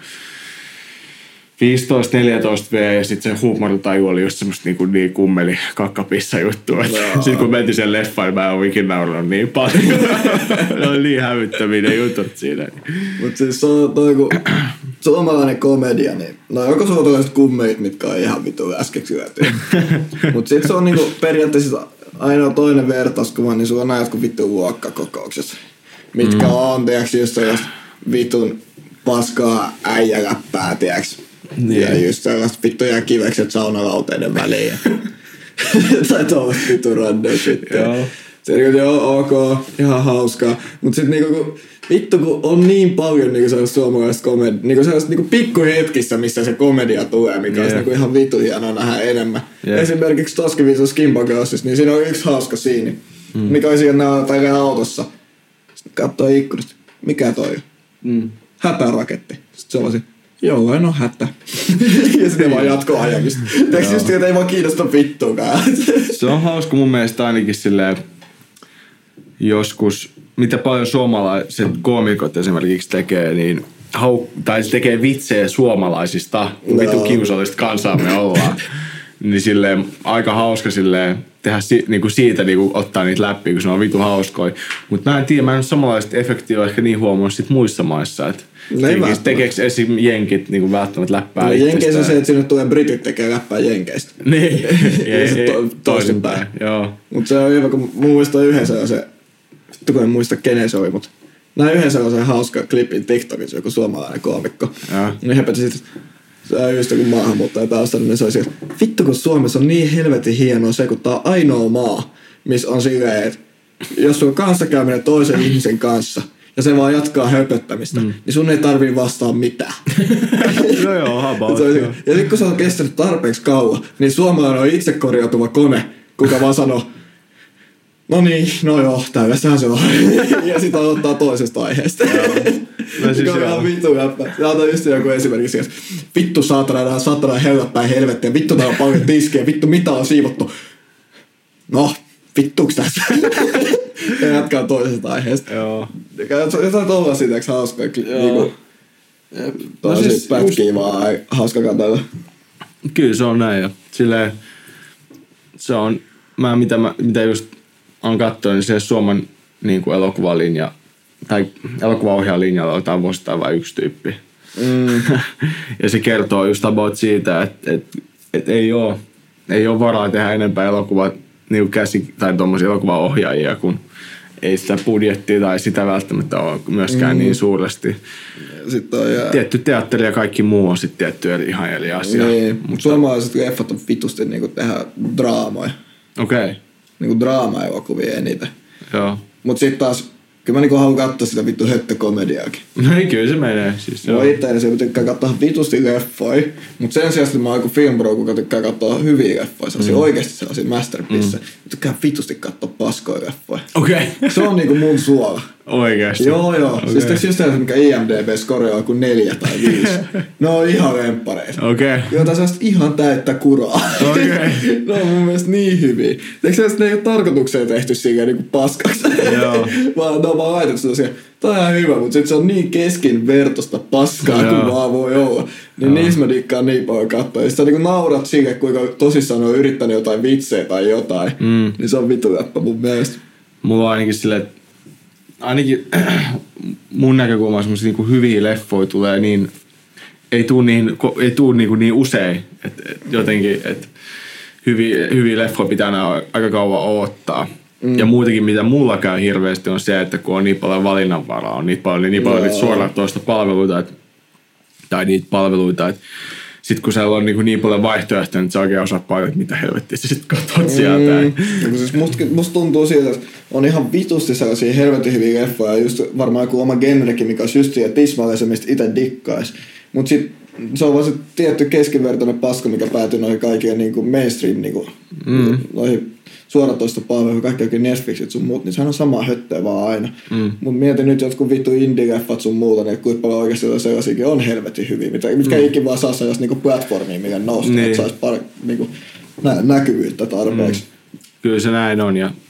viisitoista neljätoista vuotta ja sitten se huumoritaju oli just semmoista niinku niin kummeli kakkapissa juttua. Sitten kun mentiin sen leffaan, mä en ole ikinä naurannut niin paljon. Ne oli niin hävyttäviä ne jutut siinä. Mut siis se on toi kun suomalainen komedia, niin no onko sulla tällaiset kummelit, mitkä on ihan vitu äskeksi hyötyä. Mut sit se on niinku periaatteessa ainoa toinen vertauskuva, niin sulla on näet kuin vittu luokkakokouksessa. Mitkä mm. on, tiiäks, just sellaista vitun paskaa äijäläppää, tiiäks. Niin. Ja just sellaista vittu jää kivekset saunalauteiden väliin. Tai tuollaista vittu random shittia. Joo. Se on joo, ok, ihan hauskaa. Mut sit niinku kun, vittu kun on niin paljon niinku sellaista suomalaista komedia, niinku sellaista niinku pikkuhetkissä, missä se komedia tulee, mikä yeah. olisi niinku ihan vittu hienoa nähdä enemmän. Yeah. Esimerkiksi toskin vittu Skimbo Girlsissa, niin siinä on yksi hauska siini, mm. mikä oli siinä tälleen autossa. Sitten katsoo ikkunasta, mikä toi on? Mm. Hätäraketti. Sitten se on se, joo, en oo hätä. Ja sitten vaan jatko ajamista. Teekö just että ei vaan kiinnosta vittuakaan. Se on hauska mun mielestä ainakin silleen joskus, mitä paljon suomalaiset koomikot esimerkiksi tekee, niin hau, tai se tekee vitsejä suomalaisista, kun No. vittu kiusallista kansaa me ollaan. Niin silleen aika hauska silleen tehdä si, niinku siitä niinku ottaa niitä läpi, kun se on vitu hauskoja. Mutta mä en tiedä, mä en ole samanlaista efektiä ehkä niin huomannut sit muissa maissa, että tekis, tekeekö esim. Jenkit niinku välttämättä läppää No, itsestään. Jenkeissä on se, että sinne tulee britit tekee läppää Jenkeistä. Niin, Ja se to- toisinpäin. Joo. Mut se on hyvä, kun mun muistaa yhden sellaisen, vittu kun en muista kenen se oli, mut näin yhden sellaisen hauska klipin TikTokissa, joku suomalainen koomikko. Joo. Niin hepäti sit, se on just joku maahanmuuttaja taustalla, niin se oli siellä, vittu kun Suomessa on niin helvetin hienoa se, kun tää on ainoa maa, missä on silleen, että jos sulla on kanssakäyminen toisen ihmisen kanssa, ja se vaan jatkaa höpöttämistä, mm. niin sun ei tarvii vastaa mitään. No joo, habaus. Se oli- ja sit kun se on kestänyt tarpeeksi kauan, niin suomalainen on itse korjautuva kone, kuka vaan sanoo, no niin, no joo, täydessähän se on. Ja sit aloittaa toisesta aiheesta. No siis Mikä on joo. ihan vittu jäppä. Ja on just joku esimerkiksi, että vittu saatana, nää saatana helläpäin helvettiä, vittu täällä on paljon tiskejä, vittu mitä on siivottu. No, vittuuks tässä? Ja jatkaa toisesta aiheesta. Joo. Jotain tolla siitä, eikö hauskaa? Joo. Niinku, No tosi siis pätkii vaan ai- hauska katsella. Kyllä se on näin ja silleen se on, mä mitä, mä, mitä just on katsoin, niin se Suomen niin kuin elokuvalinja tai elokuvaohjaajan linjalla otetaan vuosittain vain yksi tyyppi. Mm. Ja se kertoo just about siitä, että et, et ei ole ei ole varaa tehdä enempää elokuvaa niin käsi tai tuommoisia elokuvaohjaajia, kun ei sitä budjettia tai sitä välttämättä ole myöskään mm. niin suuresti. Sitten on, ja... Tietty teatteri ja kaikki muu on sitten tietty eri, ihan eri asia. Niin, mutta suomalaiset leffat on vitusti niinku tehdä draamoja. Okei. Okay. Niinku draama-elokuvia eniten. Joo. Mut sit taas, kyllä mä niinku haluan katsoa sitä vittu höttökomediaakin. No ei, kyllä se menee. Siis mä itse se tykkää katsoa vitusti leffoja, mutta sen sijaan mä oon joku filmbro, kuka tykkää katsoa hyviä leffoja, sellaisia mm. oikeasti sellaisia masterpiece. Mm. Mä tykkään vitusti katsoa paskoja leffoja. Okei. Okay. Se on niinku mun suola. Oikeesti? Joo, joo. Okay. Siis teeks just se, mikä I M D B-score on kuin neljä tai viisi. Ne on ihan lemppareita. Okei. Okay. Jotain sellaista ihan täyttä kuraa. Okei. Okay. Ne on mun mielestä niin hyviä. Teekö ne ei ole tarkoitukseen tehty siinä niinku paskaksi? Joo. Vaan ne on vaan laitettu sellaisia, tää on ihan hyvä, mutta sit se on niin keskinvertosta paskaa kuin vaan voi olla. Niin joo. Niissä mä dikkaan niin paljon katsoa. Ja sit sä niinku naurat siihen, kuinka tosissaan on yrittänyt jotain vitsejä tai jotain. Mm. Niin se on vitu läppä mun mielestä. Mulla on ainakin silleen, ainakin mun näkökulmassa semmosia niinku hyviä leffoja tulee niin, ei tuu niin, ei tuu niinku niin usein, että et jotenkin, että hyviä, hyviä leffoja pitää aina aika kauan odottaa. Mm. Ja muutenkin mitä mulla käy hirveästi on se, että kun on niin paljon valinnanvaraa, on niin paljon, niin paljon niitä suoraan toista palveluita, että, tai niitä palveluita, että sitten kun siellä on niin, niin paljon vaihtoehtoja, niin sä oikein osaa paljon, että mitä helvettiä sä sit katsot mm. sieltä. Siis musta, musta tuntuu siltä, että on ihan vitusti sellaisia helvetin hyviä leffoja, just varmaan joku oma genrekin, mikä olisi just siihen tismalleen se, mistä itse dikkaisi. Mut sit se on vaan se tietty keskivertoinen paska, mikä päätyy noihin kaikkien niin kuin mainstream, niin kuin, mm. noihin suoratoista palveluihin, kaikki oikein Netflixit sun muut, niin sehän on samaa höttöä vaan aina. Mm. Mut mietin nyt jotkut vittu indie-leffat sun muuta, niin kuinka paljon oikeasti sellaisiakin on helvetin hyviä, mitkä, mitkä mm. ikin vaan saa sellaista niinku platformia, mikä nousta, niin. Että saisi pari, niinku, nä- näkyvyyttä tarpeeksi. Mm. Kyllä se näin on, ja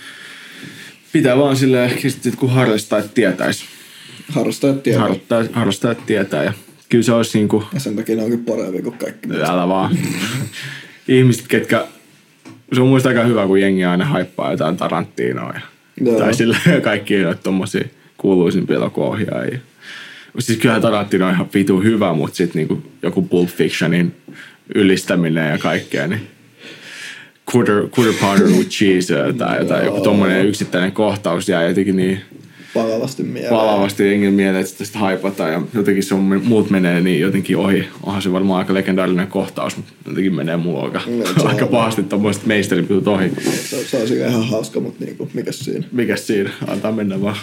pitää vaan silleen ehkä sitten, kun harrastajat tietäis. Harrastajat tietää. Harrastajat, harrastajat tietää, ja kyllä se olisi niinku... Ja sen takia ne onkin parempi kuin kaikki. Älä vaan. Ihmiset, ketkä... Se on muista aika hyvä, kun jengi aina haippaa jotain Tarantinoa. Ja, tai sillä kaikki noita tommosia kuuluisimpia elokuvaohjaajia. Siis kyllähän Tarantino on ihan vitu hyvä, mutta sit niinku joku Pulp Fictionin ylistäminen ja kaikkea, niin quarter, quarter pounder with cheese tai jotain, joku tommonen yksittäinen kohtaus jää jotenkin niin palavasti mieleen. Palavasti jengin mieleen, että sitä haipataan ja jotenkin se on, muut menee niin jotenkin ohi. Onhan se varmaan aika legendaarinen kohtaus, mutta jotenkin menee mulla aika, no, aika pahasti tommoiset meisteripytut ohi. Se, se on siinä ihan hauska, mutta niinku, mikäs siinä? Mikäs siinä? Antaa mennä vaan.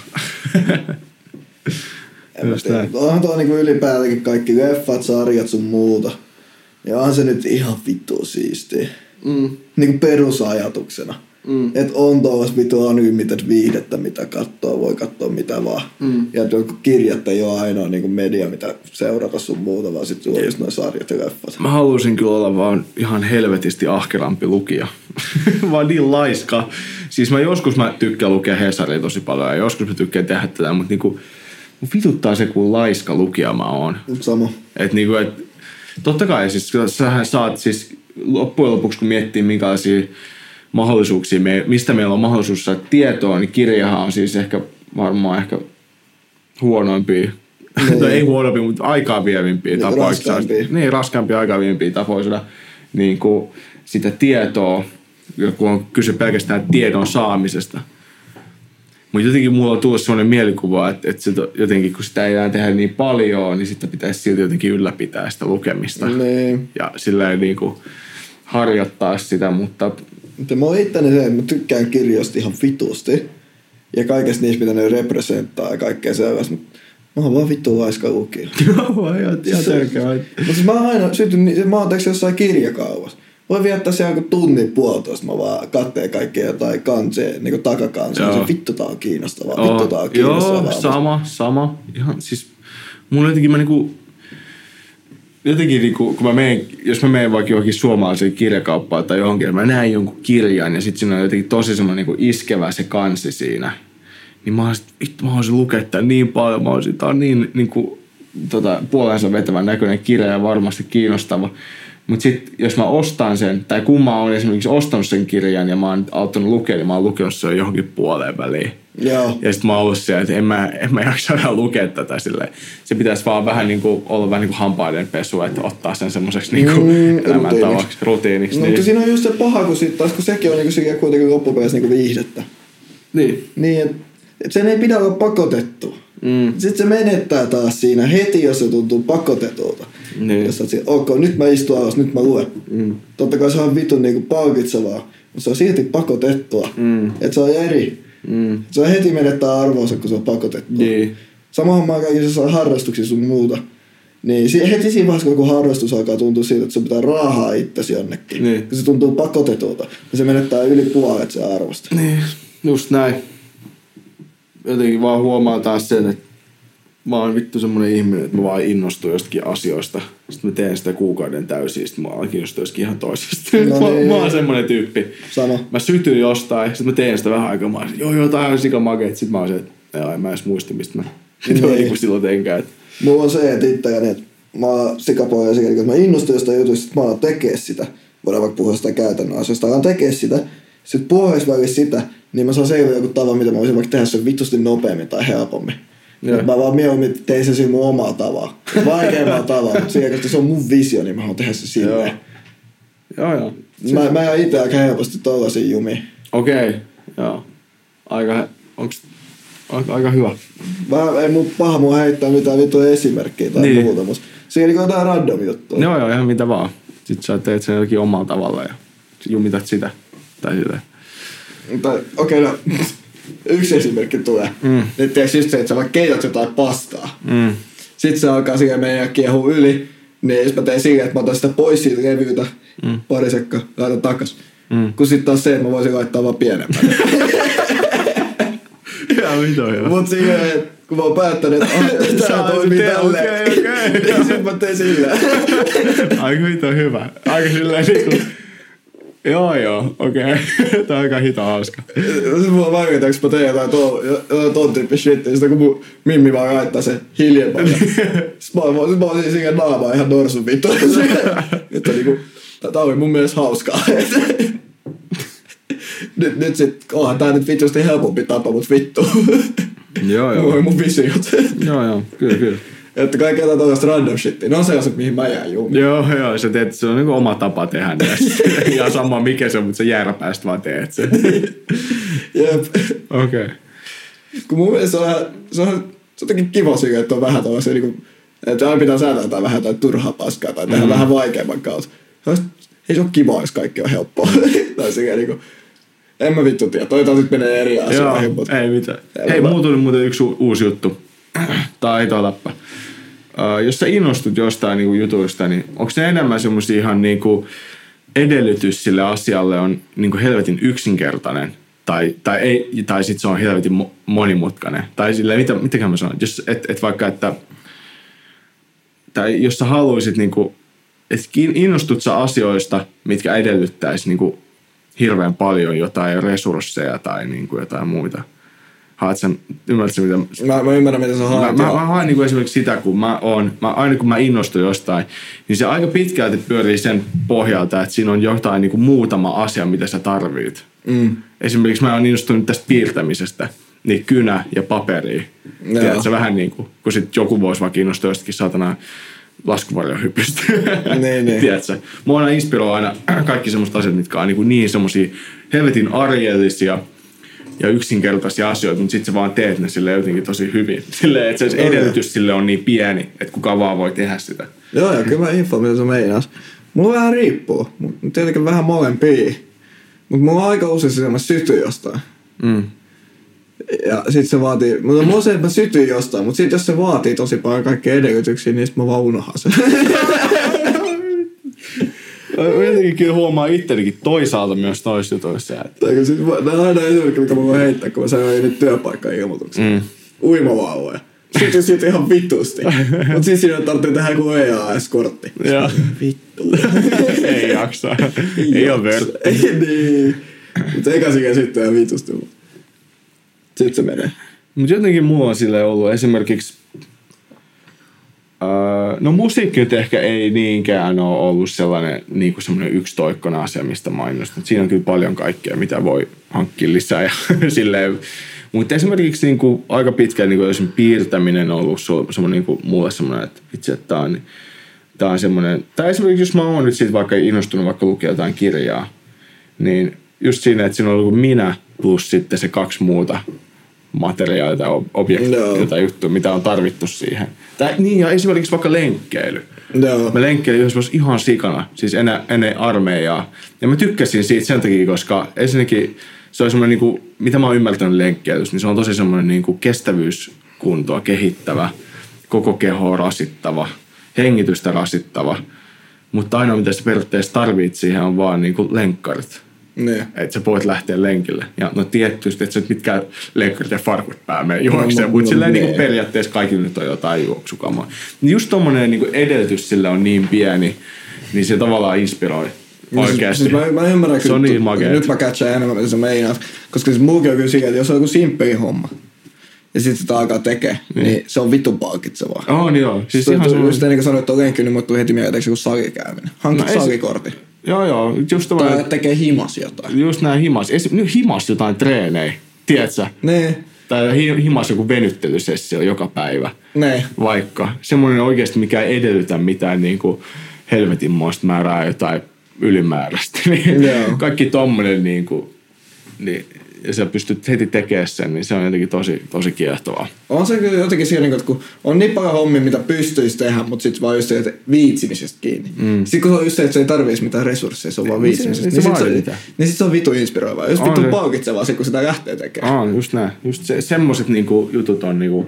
En mä tiedä. Onhan tuo niinku ylipäätäänkin kaikki leffat, sarjat sun muuta. Ja on se nyt ihan vittu siistiä. Mm. Niinku perusajatuksena. Mm. Että on tuollaista vitu unlimited viihdettä, mitä katsoo, voi katsoa mitä vaan. Mm. Ja kirjat ei ole ainoa niin media, mitä seurata sun muuta, vaan sit sulla on just noin sarjat ja leffat. Mä haluaisin kyllä olla vaan ihan helvetisti ahkerampi lukija. Vaan niin laiska. Siis mä joskus mä tykkään lukea Hesaria tosi paljon ja joskus mä tykkään tehdä tätä, mutta niinku mun vituttaa se, kun laiska lukija mä oon. Sama. Et niinku, et totta kai siis sähän saat siis loppujen lopuksi, kun miettii minkälaisia mahdollisuuksia, me, mistä meillä on mahdollisuus saada tietoa, niin kirjahan on siis ehkä varmaan ehkä huonoimpia, niin. No ei huonompia, mutta aikaa vievimpiä niin, tapoja. Raskaampia. Niin, raskaampia aikaa vievimpiä tapoja saada niin kuin sitä tietoa, kun on kyse pelkästään tiedon saamisesta. Mutta jotenkin mulla on tullut sellainen mielikuva, että, että sitä, jotenkin kun sitä ei enää tehdä niin paljon, niin sitten pitäisi silti jotenkin ylläpitää sitä lukemista. Niin. Ja sillä ei niin kuin harjoittaa sitä, mutta... Mutta mä oon itteni se, että mä tykkään kirjoista ihan vitusti. Ja kaikesta niistä, mitä ne representtaa ja kaikkea sellaista. Mutta mä oon vaan vittu laiska lukija. Joo, ihan, ihan tärkeää. Mutta siis mä oon aina sytyn, mä oon teeksi jossain kirjakaupassa. Voi viettää siellä joku tunnin puolitoista, mä vaan katseen kaikkea jotain kanseja, niinku takakanseja. Se vittu tää on kiinnostavaa, oh, vittu tää on kiinnostavaa. Joo, sama, sama. Ihan siis, mulla jotenkin mä niinku, jotenkin niinku, kun mä menen, jos mä menen vaikka johonkin suomalaiseen kirjakauppaan tai johonkin, mä näen jonkun kirjan ja sit siinä on jotenkin tosi semmoinen niinku iskevä se kansi siinä. Niin mä olisin, vittu mä haluaisin lukea tämän niin paljon, mä olisin, tää on niin niinku, tota, puoleensa vetävän näköinen kirja ja varmasti kiinnostava. Mutta sitten jos mä ostan sen, tai kun mä oon esimerkiksi ostanut sen kirjan ja mä oon auttanut lukea, niin mä oon lukenut sen johonkin puoleen väliin. Joo. Ja sit mä oon ollut siellä, että en mä, en mä jaksa enää lukea tätä silleen. Se pitäisi vaan vähän niinku, olla vähän niinku hampaiden pesu, että ottaa sen semmoiseksi niinku Mm, elämäntavaksi, rutiiniksi. No, niin. mutta siinä on just se paha, kun, sit, taas, kun sekin on niinku, sekin kuitenkin loppupeleissä niinku viihdettä. Niin. Niin, että et sen ei pidä olla pakotettu. Mm. Sitten se menettää taas siinä heti, jos se tuntuu pakotetulta. Niin. Jos sä oot siinä, ok, nyt mä istun alas, nyt mä luen. Mm. Totta kai se on vitun niinku palkitsevaa, mutta se on silti pakotettua. Mm. Että se on eri. Mm. Se heti menettää arvoonsa, kun se on pakotettua. Niin. Sama homma kaikissa harrastuksissa sun muuta. Niin heti siinä vaiheessa, kun harrastus alkaa tuntua siitä, että se pitää raahaa itsesi jonnekin. Niin. Kun se tuntuu pakotetulta, niin se menettää yli puolet se arvosta. Niin, just näin. Jotenkin vaan huomaa taas sen, että mä oon vittu semmonen ihminen, että mä vaan innostun jostakin asioista. Sitten mä teen sitä kuukauden täysin, sitten mä oon kiinnostunut joskin ihan toisesta. No mä, niin. mä oon semmonen tyyppi. Sama. Mä sytyn jostain, sitten mä teen sitä vähän aikaa. Mä oon joo joo, tää on sikamakeet. Sitten mä oon se, että joo, en mä edes muista, mistä mä Niin. niin kuin silloin teenkään. Mulla on se, että itseäni, että mä oon sikapoja sikäli, kun mä innostun jostain jutuista, että mä alan tekee sitä. Voidaan vaikka puhua sitä käytännön asioista. Alan tekee sitä. Sitten puolessa välissä sitä, niin mä saan selvä joku tavan, mitä mä voisin vaikka tehdä sen vitusti nopeammin tai helpommin. Joo. Mä vaan mieluummin tein sen siinä mun omaa tavaa. Vaikeammalla tavalla, mutta siihen, koska se on mun visio, niin mä haluan tehdä se silleen. Joo joo. Mä, mä jään itse aika helposti tollasia jumiin. Okei, okay. Joo. Aika, onks, aika, aika hyvä. Mä, ei mun paha mua heittää mitään vittu esimerkkiä tai Niin. muuta, mutta siinä on jotain random juttua. Joo joo, ihan mitä vaan. Sitten sä teet sen jotenkin omalla tavalla ja jumitat sitä. Tai silleen. Tai okei, okay, no yksi esimerkki tulee. Mm. Nyt tiedätkö just se, että sä vaikka keität jotain pastaa. Mm. Sitten se alkaa siihen meidän kiehu yli. Niin jos mä teen siihen, että mä otan sitä pois siitä levyytä, Mm. pari sekkaa, laitan takas. Mm. Kun sit taas se, että mä voisin laittaa vaan pienemmän. Ihan mitä on hyvä. Mut siihen, että kun mä oon päättänyt, että ah, tää toimii tälleen. Okei, okei. Niin sit mä teen silleen. Aika mitä on hyvä. Aika silleen niinku... Joo joo, okei. Okay. Tää on aika hito hauska. Sitten mulla on vaikea, että mä teen jotain ton, jotain ton tyyppi shittiä. Sitten kun mun mimmi vaan laittaa sen hiljempaa. Sitten mä oon sit mä oon siihen naamaan ihan norsun vittu. Nyt on niinku, tää oli mun mielestä hauskaa. nyt, nyt sit, onhan tää nyt vittusti helpompi tapa, mut vittu. Joo Mulla on mun visiot. Joo joo, kyllä kyllä. Että kaikki jotain tollaista random shittiä. Ne on sellaiset, mihin mä jään jumiin. Joo joo, sä teet, se on niinku oma tapa tehdä ne. Ihan sama mikä se on, mutta sä jääräpäästä vaan teet sen. Jep. Okei. Okay. Kun mun mielestä se on, se on, se on jotenkin kiva siinä, että on vähän tällaisia, niin kuin, että aina pitää säätää tai vähän tai turhaa paskaa tai tehdä mm. vähän vaikeamman kautta. Ei se ole kiva, jos kaikki on helppoa. tai siinä, niin kuin, en mä vittu tiedä. Toi taas menee eri asioihin. Joo, mutta ei mitään. Ei Hei, vaan. mulla tuli muuten yksi u- uusi juttu. Tai ei toi läppä. Uh, jos sä innostut jostain niinku jutuista, niin onko ne enemmän semmosia ihan niinku edellytys sille asialle on niinku helvetin yksinkertainen? Tai, tai, ei, tai sit se on helvetin mo- monimutkainen? Tai silleen, mitä, mitäkään mä sanon? Jos, et, et vaikka, että... Tai jos sä haluisit niinku... Et innostut sä asioista, mitkä edellyttäis niinku hirveän paljon jotain resursseja tai niinku jotain muita. Haat sen, ymmärrätkö mitä... Mä, mä ymmärrän, mitä sä haet. Mä, mä, mä haen niinku esimerkiksi sitä, kun mä oon, mä, aina kun mä innostun jostain, niin se aika pitkälti pyörii sen pohjalta, että siinä on jotain niinku muutama asia, mitä sä tarvit. Mm. Esimerkiksi mä oon innostunut tästä piirtämisestä, niin kynä ja paperi. Tiedätkö, vähän niin kuin, kun sit joku voisi vaikka innostua jostakin saatana laskuvarjohypystä. Niin, niin. Tiedätkö? Mua aina inspiroi aina kaikki semmoiset asiat, mitkä on niin, niin semmosia helvetin arjellisia ja yksinkertaisia asioita, mutta sit sä vaan teet ne sille jotenkin tosi hyvin. Silleen, että se edellytys sille on niin pieni, että kuka vaan voi tehdä sitä. Joo, ja kyllä mä info, mitä se meinas. Mulla vähän riippuu, mutta tietenkin vähän molempia. Mutta mulla on aika usein se, että mä sytyn jostain. Mm. Ja sit se vaatii, mutta mulla on se, että mä sytyin jostain, mutta sit jos se vaatii tosi paljon kaikkia edellytyksiä, niin sit mä vaan unohan sen. Mä jotenkin kyllä huomaa ittenikin toisaalta myös toissa jutuissa. Tai kun sit, nää on aina esimerkki, mikä mä voin heittää, kun mä sanoin nyt työpaikka-ilmoituksia. Mm. Uimavauvoja. Sitten sit ihan vitusti. Mut sit siinä tarvitsee tehdä joku E A S-kortti. Joo. Vittu. Ei jaksa. Ei, Ei ole vörtti. Ei niin. Mutta eka siinä sitten ihan vitusti. Sitten se menee. Mutta jotenkin mulla on silleen ollut esimerkiksi... Ää, No musiikki nyt ehkä ei niinkään ole ollut sellainen niin kuin semmoinen yksitoikkoinen asia, mistä mainostan. Siinä on kyllä paljon kaikkea, mitä voi hankkia lisää ja silleen. Mutta esimerkiksi niin kuin aika pitkään niin kuin piirtäminen on ollut semmoinen, niin kuin mulle semmoinen, että vitsi, että tämä on, tää on semmoinen. Tai esimerkiksi jos mä oon nyt siitä vaikka innostunut vaikka lukea jotain kirjaa, niin just siinä, että siinä on ollut minä plus sitten se kaksi muuta materiaalia tai objektia no. tai juttua, mitä on tarvittu siihen. Tai, niin, ja esimerkiksi vaikka lenkkeily. No. Mä lenkkeilin yhdessä ihan sikana, siis ennen, ennen armeijaa. Ja mä tykkäsin siitä sen takia, koska ensinnäkin se on semmoinen, niin kuin, mitä mä oon ymmärtänyt lenkkeilystä, niin se on tosi semmoinen niin kuin kestävyyskuntoa kehittävä, koko kehoa rasittava, hengitystä rasittava. Mutta ainoa, mitä sä periaatteessa tarvit siihen, on vaan niin kuin lenkkarit. Ne. Että sä voit lähteä lenkille. Ja no tietysti, että sä et mitkään lenkkarit ja farkut päämeen juokseen, no, mutta no, silleen no, niin periaatteessa kaikilla nyt on jotain juoksukamaa. Just tommonen niin edellytys sille on niin pieni, niin se tavallaan inspiroi oikeasti. Siis, siis mä, mä ymmärrän se on niin makea. Nyt mä catchaan enemmän, mitä sä meinaat. Koska siis muukin on kyllä siihen, että jos on joku simppeli homma, ja sit sitä alkaa tekee, niin, niin se on vitun palkitsevaa. Oh, niin joo. Siis se, ihan semmoinen. Just ennen kuin sanoit, että on lenkki, niin mulle tuli heti mieleen, että joku sakikäyminen. Hankit no, sakikortin. Joo, joo. Just tai tommoinen, tekee himas jotain. Just näin himas. Nyt himas jotain treenejä, tiedätkö? Nee. Tai himas joku venyttelysessio joka päivä. Nee. Vaikka. Semmoinen oikeasti, mikä ei edellytä mitään niin kuin helvetinmoista määrää jotain ylimääräistä. Niin kaikki tommonen niin kuin, niin, ja sä pystyt heti tekemään sen, niin se on jotenkin tosi, tosi kiehtovaa. On se kyllä jotenkin siinä, että kun on niin paljon hommia, mitä pystyisi tehdä, mutta sitten vaan just se, että viitsimisestä kiinni. Mm. Sitten kun se on just se, että se ei tarvitsisi mitään resursseja, se on vaan viitsimisestä. Niin, niin sitten se, niin sit se on vitu inspiroivaa. Just vitu palkitsevaa se, kun sitä lähtee tekemään. On, just näin. Just se, semmoset niinku jutut on niinku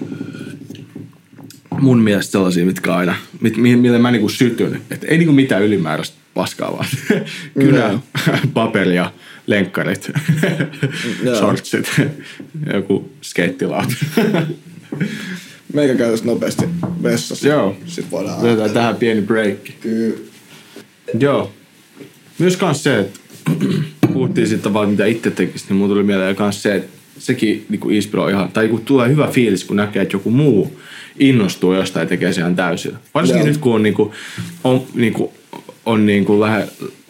mun mielestä sellaisia, mitkä aina, mit, mille mä niinku sytyn. Että ei niinku mitään ylimääräistä paskaa vaan. Kynä, paperi ja lenkkarit, shortsit, joku skeittilauta. Meikä käy tästä nopeasti vessassa. Joo. Sitten voidaan Otetaan tähän pieni breikki. Kyllä. Joo. Myös kans se, että puhuttiin sitten vaan mitä itse tekisi, niin mulla tuli mieleen kans se, että sekin niinku inspiroi ihan, tai kun tulee hyvä fiilis, kun näkee, että joku muu innostuu jostain ja tekee sen ihan täysillä. Varsinkin Joo. nyt, kun on, niinku, on, niinku, on niinku lähe,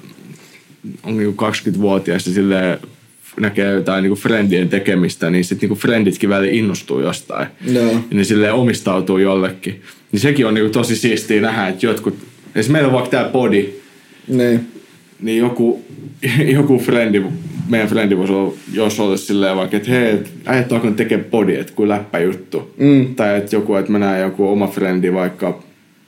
on niinku kaksikymmentävuotias ja silleen näkee jotain niinku friendien tekemistä, niin sitten niinku frienditkin välillä innostuu jostain. Joo. Ja ne silleen omistautuu jollekin. Niin sekin on niinku tosi siistiä nähdä, että jotkut, jos meillä on vaikka tää podi, niin, niin joku, joku frendi, meidän frendi voisi olla, jos olisi silleen vaikka, että hei, äijät alkanut tekemään podi, että kuin läppäjuttu. Mm. Tai että joku, että mä näen joku oma frendi vaikka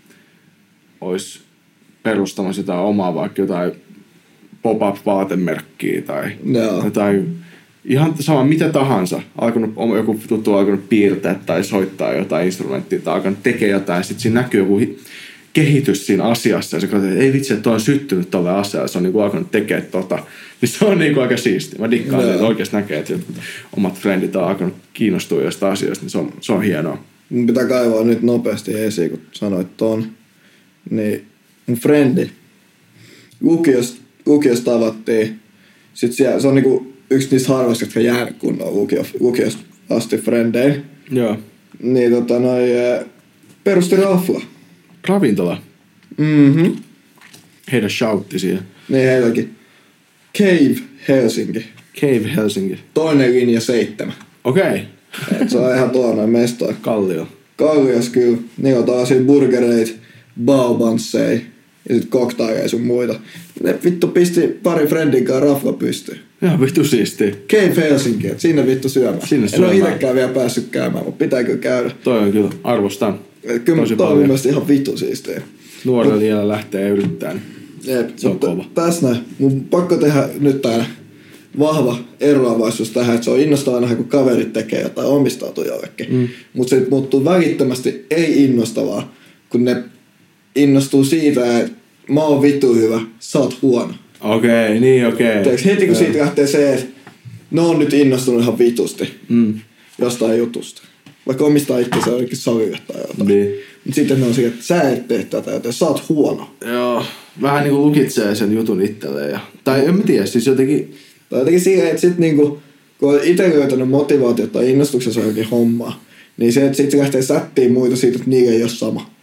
olisi perustamassa jotain omaa, vaikka jotain pop-up-vaatemerkkiä tai no. jotain, ihan sama mitä tahansa. Alkanut, joku tuttu on alkanut piirtää tai soittaa jotain instrumenttia tai alkanut tekemään jotain ja sitten siinä näkyy joku kehitys siinä asiassa ja se katsoo, että ei vitsi, että on syttynyt tolle asialle, se on niinku alkanut tekemään tota. Niin se on niinku aika siistiä. Mä dikkaan, no. että oikeasti näkee, että omat frendit on alkanut kiinnostua jostain asioista, niin se on, se on hienoa. Mun pitää kaivaa nyt nopeasti esiin, kun sanoit ton. Niin mun frendi lukiosta, lukiosta tavattiin. Sitten siellä, se on niinku yksi niistä harvoista, jotka jäänyt kunnolla lukio, lukiosta asti frendein. Joo. Niin tota noi, perusti rafla. Ravintola? Mhm. Heidän shoutti siihen. Niin heilläkin. Cave Helsinki. Cave Helsinki. Toinen linja seitsemän. Okei. Okay. Se on ihan tuolla noin mestoja. Kallio. Kallios kyllä. Niin on taas burgereit, baobansseja ja sit cocktailleja sun muita. Ne vittu pisti pari friendin kanssa rafla pystyyn. Joo, vittu siistiä. Cave Helsinki, et sinne vittu syömään. Sinne syömään. En ole itekään vielä päässyt käymään, mutta pitää kyllä käydä. Toi on kyllä, arvostan. Et kyllä toi on mielestäni ihan vittu siistiä. Nuorella vielä lähtee yrittämään. Jep, se on kova. Tässä näin. Mun pakko tehdä nyt tää vahva eroavaisuus tähän, että se on innostavaa nähdä, kun kaverit tekee jotain, omistautuu jollekin. Mm. Mutta se muuttuu välittömästi ei innostavaa, kun ne innostuu siitä, että mä oon vittu hyvä, sä oot huono. Okei, okay, niin okei. Okay. Heti kun siitä lähtee se, että ne on nyt innostunut ihan vitusti mm. jostain jutusta. Vaikka omistaa itsensä jollekin salille tai jotain. Niin. Mutta sitten ne on siihen, että sä et tee tätä, joten sä oot huono. Joo, vähän niinku lukitsee sen jutun itselleen. Ja, tai en mä tiedä, siis jotenkin... Tai jotenkin siihen, että sit niinku, kun on itse löytänyt motivaatiota tai innostuksessa johonkin hommaa, niin se, että sit se lähtee sättiin muita siitä, että niillä ei ole sama.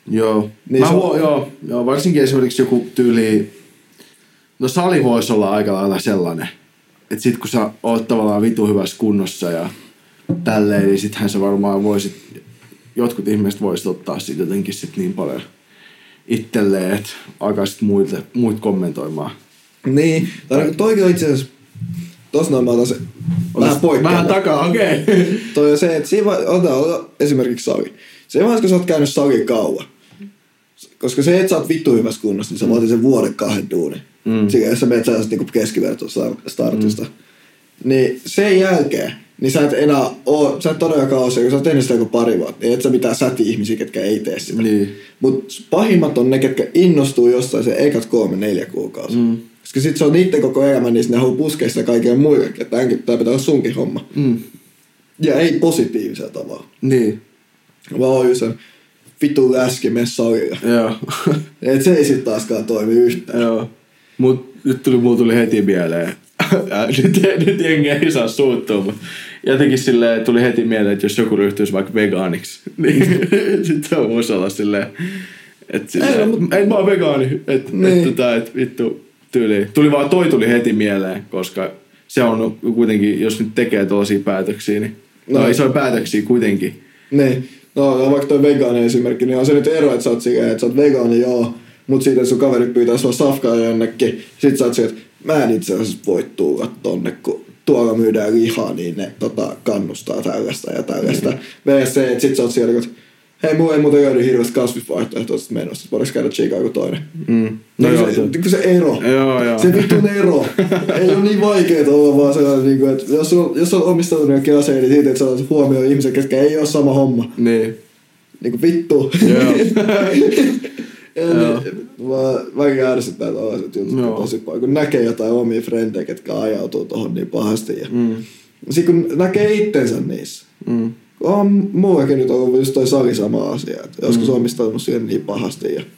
Joo. Niin Mä se huo, on- joo, joo. Varsinkin esimerkiksi joku tyyli... No sali voisi olla aika lailla sellainen. Että sit kun sä oot tavallaan vitu hyvässä kunnossa ja tälleen, niin sittenhän sä varmaan voisit... Jotkut ihmiset voisit ottaa siitä jotenkin sit niin paljon itselleen, että alkaisit muille, muut kommentoimaan. Niin, tai niinku toikin on itse asiassa, tossa noin mä otan se vähän poikkeama. Vähän takaa, okei. Okay. Toi on se, että siinä vai, ota, ota esimerkiksi sali. Se vaiheessa, kun sä oot käynyt salin kauan, koska se, että sä oot vittu hyvässä kunnossa, niin sä vaatii sen vuoden kahden duunin. Mm. Siinä, jos sä menet sellaisesta niinku keskivertoa startista. Mm. Niin sen jälkeen, niin sä et enää oo, sä et todellakaan oo se, kun sä oot tehnyt sitä joku pari vuotta, niin et sä mitään säti ihmisiä, ketkä ei tee sitä. Niin. Mut pahimmat on ne, ketkä innostuu jostain se ekat kolme, neljä kuukausia. Mm. Koska sit se on niitten koko elämä, niin ne haluaa puskea sitä kaikille muille, että tämänkin tää pitää olla sunkin homma. Mm. Ja ei positiivisella tavalla. Niin. Vaan on just sen vitun läski, mene salille. Joo. Et se ei sit taaskaan toimi yhtään. Joo. Mut nyt tuli, mulla tuli heti mieleen. nyt, nyt jengi ei saa suuttua, mutta jotenkin silleen tuli heti mieleen, että jos joku ryhtyisi vaikka vegaaniksi, niin sitten on voisi olla silleen, että silleen, ei, no, mut... ei mä oon vegaani, että niin. et, et, et, vittu tyyli. Tuli vaan toi tuli heti mieleen, koska se on kuitenkin, jos nyt tekee tollaisia päätöksiä, niin no, no isoja päätöksiä kuitenkin. Niin. No, no vaikka toi vegaani esimerkki, niin on se nyt ero, että sä oot silleen, että sä oot vegaani, joo, mut siitä sun kaverit pyytää sua safkaa jonnekin, sit sä oot silleen, että mä en itse asiassa voi tulla tonne, kun tuolla myydään lihaa, niin ne tota, kannustaa tällaista ja tällaista. Mm. V C, että sit sä oot siellä, että hei, mulla ei muuten löydy hirveästi kasvisvaihtoehtoisesta menosta, että voidaanko käydä chiikaa kuin toinen. Mm. No niin joo, se, se, se ero, joo, joo. se vitun ero, ei ole niin vaikeeta olla vaan sellainen, että jos on, jos on omistautunut jokin aseen, niin siitä, että sä otat huomioon ihmisiä, ketkä ei ole sama homma. Niin. Niinku vittu. Joo. Eli mä, mäkin ärsyttää tällaiset jutut no. tosi paljon, kun näkee jotain omia frendejä, ketkä ajautuu tohon niin pahasti. Ja mm. sitten kun näkee itsensä niissä. Mm. On muuakin nyt ollut just toi sali sama asia, että joskus mm. omistautunut siihen niin pahasti. Ja...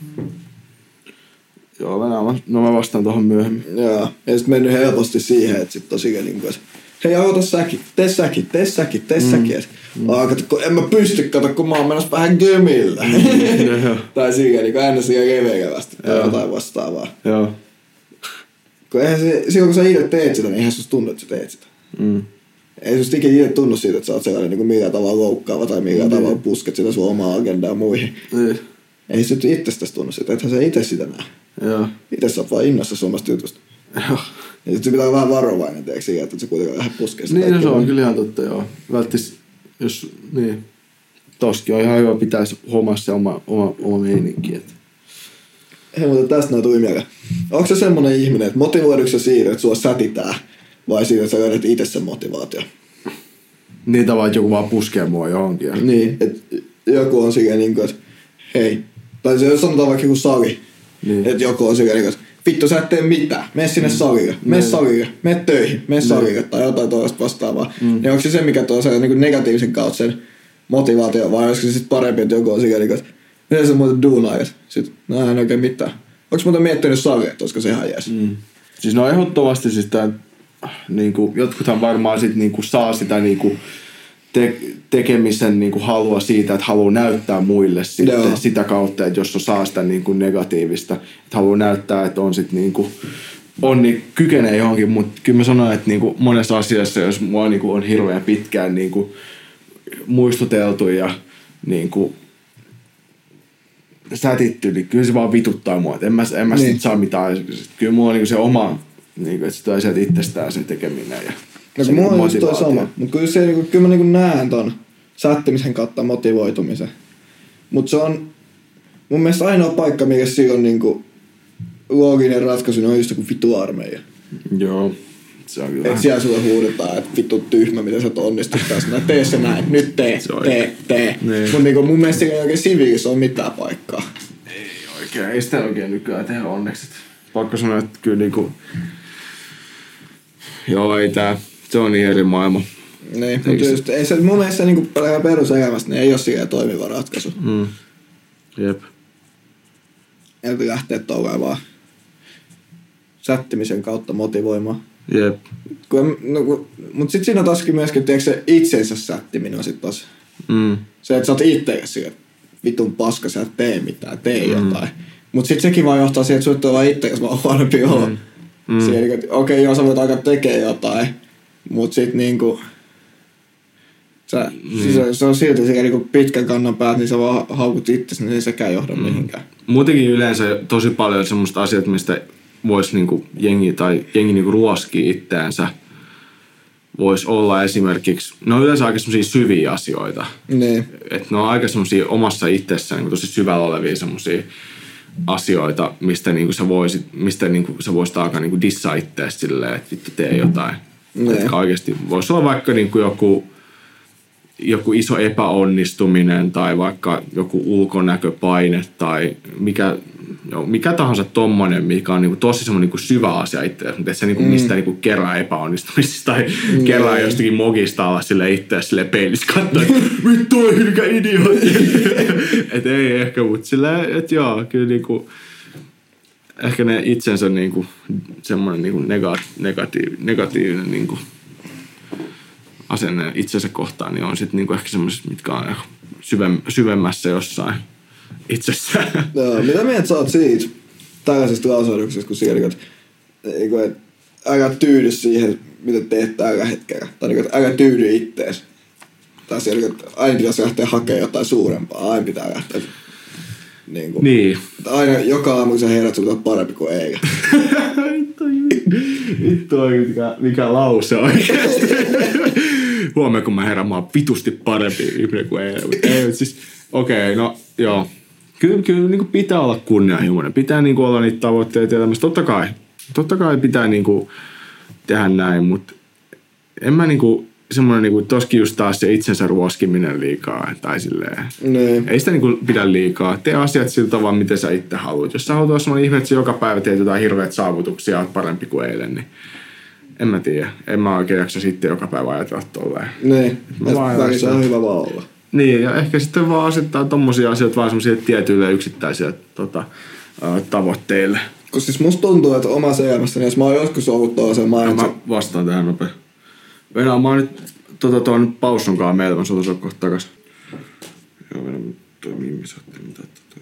Joo, mä, no mä vastaan tohon myöhemmin. Joo, ja sit mennyt helposti siihen, että sit tosiaan niin kuin, hei, aloita säkin, tee säkin, tee säkin, tee mm. säkin. Mm. Ah, kato, kun en mä pysty, kato, kun mä oon menossa vähän gömillä. Mm. tai siihen, niin aina siihen kevekävästi tai jotain vastaavaa. Joo. Kun eihän se, silloin kun sä itse teet sitä, niin eihän susta tunnu, että sä teet sitä. Mm. Ei susta ikinä itse tunnu siitä, että sä oot sellainen niin millään tavalla loukkaava tai millään mm. tavalla pusket sitä sun omaa agendaa muihin. Mm. Ei se itsestäsi tunnu siitä, ethän sä itse sitä näe. Joo. Itse sä oot vaan innossa omasta jutusta. Joo. Ja sit se pitää olla vähän varovainen, teekö siihen, että se kuitenkaan vähän puskee sitä. Niin, no, se on kyllä ihan totta, joo. Välttis, jos, niin. Toskin on ihan hyvä pitää hommaa se oma, oma, oma meininki. Että. Hei, mutta tästä näin tuli mieleen. Onko se semmonen ihminen, että motivoiduiko se siitä, että sua sätitään? Vai siitä, että sä löydät itse sen motivaatio? Niin tavallaan, että joku vaan puskee mua johonkin. Niin, että joku on silleen niin kuin, että hei. Tai se sanotaan vaikka joku sali. Niin. Että joku on silleen niin kuin, että vittu sä et tee mitään. Mene sinne mm. salille, mene niin. salille, mene töihin, mene niin. salille tai jotain toista vastaavaa. Mm. Niin onko se se, mikä tuo sen niin negatiivisen kautta sen motivaatio, vai olisiko se sitten parempi, että joku on silleen niin kuin, että miten sä muuten duunaajat? Sitten, no en oikein mitään. Onko muuten miettinyt salille, että olisiko se ihan jees? Mm. Siis no ehdottomasti siis tää, niinku, jotkuthan varmaan sit niinku saa sitä niinku te- tekemisen niinku halua siitä, että haluaa näyttää muille sitten sitä kautta, että jos on saa sitä niinku negatiivista, että haluaa näyttää, että on sit niinku, on niin kykenee johonkin, mutta kyllä mä sanon, että niinku monessa asiassa, jos mua niinku on hirveän pitkään niinku muistuteltu ja niinku sätitty, niin kyllä se vaan vituttaa mua, että en mä, en mä niin. sit saa mitään, kyllä mulla on niinku se oma, niinku, että se tulee sieltä itsestään se tekeminen ja no kun mulla on just toi sama, mutta kyllä, se, niin kyllä mä niin näen ton sättimisen kautta motivoitumisen. Mutta se on mun mielestä ainoa paikka, mikä siinä on niin kuin looginen ratkaisu, niin on just joku vittu armeija. Joo, se on kyllä. Et siellä sulle huudetaan, että vittu tyhmä, miten sä et onnistu tässä. No, tee se näin, nyt tee, tee, tee. Niin. Mutta niin mun mielestä siinä ei oikein siviilissä ole mitään paikkaa. Ei oikein, ei sitä oikein nykyään tehdä onneksi. Pakko sanoa, että kyllä niinku joo, ei tää, se on niin eri maailma. Niin, mutta just, ei se mun mielestä niinku peruselämästä niin ei ole siihen toimiva ratkaisu. Mm. Jep. Eli lähtee tolleen vaan sättimisen kautta motivoimaan. Jep. No, mutta sit siinä on taaskin myöskin, tiedätkö se itsensä sättiminen on sit taas. Mm. Se, että sä oot itsekäs sille, vitun paska, sä et tee mitään, tee mm. jotain. Mut sit sekin vaan johtaa siihen, että sut on vaan itse, jos vaan huonompi olo. Mm. Mm. Siihen, että okei, okay, joo, sä voit alkaa tekee jotain, mut sit niinku... Sä, mm. siis se on silti sekä niinku pitkän kannan päät, niin sä vaan haukut itsesi, niin ei sekään johda mm. mihinkään. Muutenkin yleensä tosi paljon semmoista asiat, mistä vois niinku jengi tai jengi niinku ruoskii itteensä. Voisi olla esimerkiksi, ne on yleensä aika semmosia syviä asioita. Niin. Että ne on aika semmosia omassa itsessään niin tosi syvällä olevia semmosia asioita, mistä niinku sä voisit, mistä niinku sä voisit alkaa niinku dissaa ittees silleen, että vittu tee jotain. Niin. Että oikeesti voisi olla vaikka niinku joku joku iso epäonnistuminen tai vaikka joku ulkonäköpaine tai mikä, jo, mikä tahansa tommonen, mikä on niinku tosi semmoinen niinku syvä asia itseäsi, mutta et sä niinku mm. mistään niinku kerää epäonnistumisista tai mm. kerää jostakin mogista olla sille itseäsi sille peilissä katsoa, että vittu on hylkä idiootti. Et ei ehkä, mutta silleen, että joo, kyllä niinku ehkä ne itsensä niinku semmoinen niinku negatiiv, negatiivinen niinku asenne itsensä kohtaan, niin on sitten niinku ehkä semmoiset, mitkä on syvem, syvemmässä jossain itsessään. No, mitä mieltä sä oot siitä tällaisesta lausahdukset, kun siellä, että älä tyydy siihen, mitä teet tällä hetkellä. Tai että älä tyydy ittees. Tai siellä, että aina pitäisi lähteä hakemaan jotain suurempaa. Aina pitää lähteä. Niin. Kuin, niin. Aina joka aamu, kun sä herät, sun pitää parempi kuin eikä. Vittu mikä, mikä lause oikeasti. Huomenna kun mä herään, mä oon vitusti parempi ihminen kuin eilen. Ei, siis, okei, okay, no joo. Kyllä, kyllä niin kuin pitää olla kunnianhimoinen. Pitää niin kuin olla niitä tavoitteita elämässä. Totta kai. Totta kai pitää niin kuin tehdä näin, mutta en mä niin kuin semmoinen, niin kuin, toskin just taas se itsensä ruoskiminen liikaa. Tai silleen. Nee. Ei sitä niin kuin pidä liikaa. Tee asiat sillä tavalla, miten sä itse haluat. Jos sä haluat olla semmoinen ihme, että sä joka päivä teet jotain hirveät saavutuksia ja oot parempi kuin eilen, niin en mä tiedä. En mä oikein jaksa sitten joka päivä ajatella tolleen. Niin. Se on hyvä vaan olla. Niin, ja ehkä sitten vaan asettaa tommosia asioita vaan semmosia tietyille yksittäisille tota, ä, tavoitteille. Koska siis musta tuntuu, että omassa elämässäni, jos mä oon joskus ollut toisen mindset... Mä vastaan tähän nopea. Venä, mä oon nyt tota, tuon paussunkaan meillä, mä sotan sua kohta takas. Joo, Venä, toi Mimmi saatte mitä toi.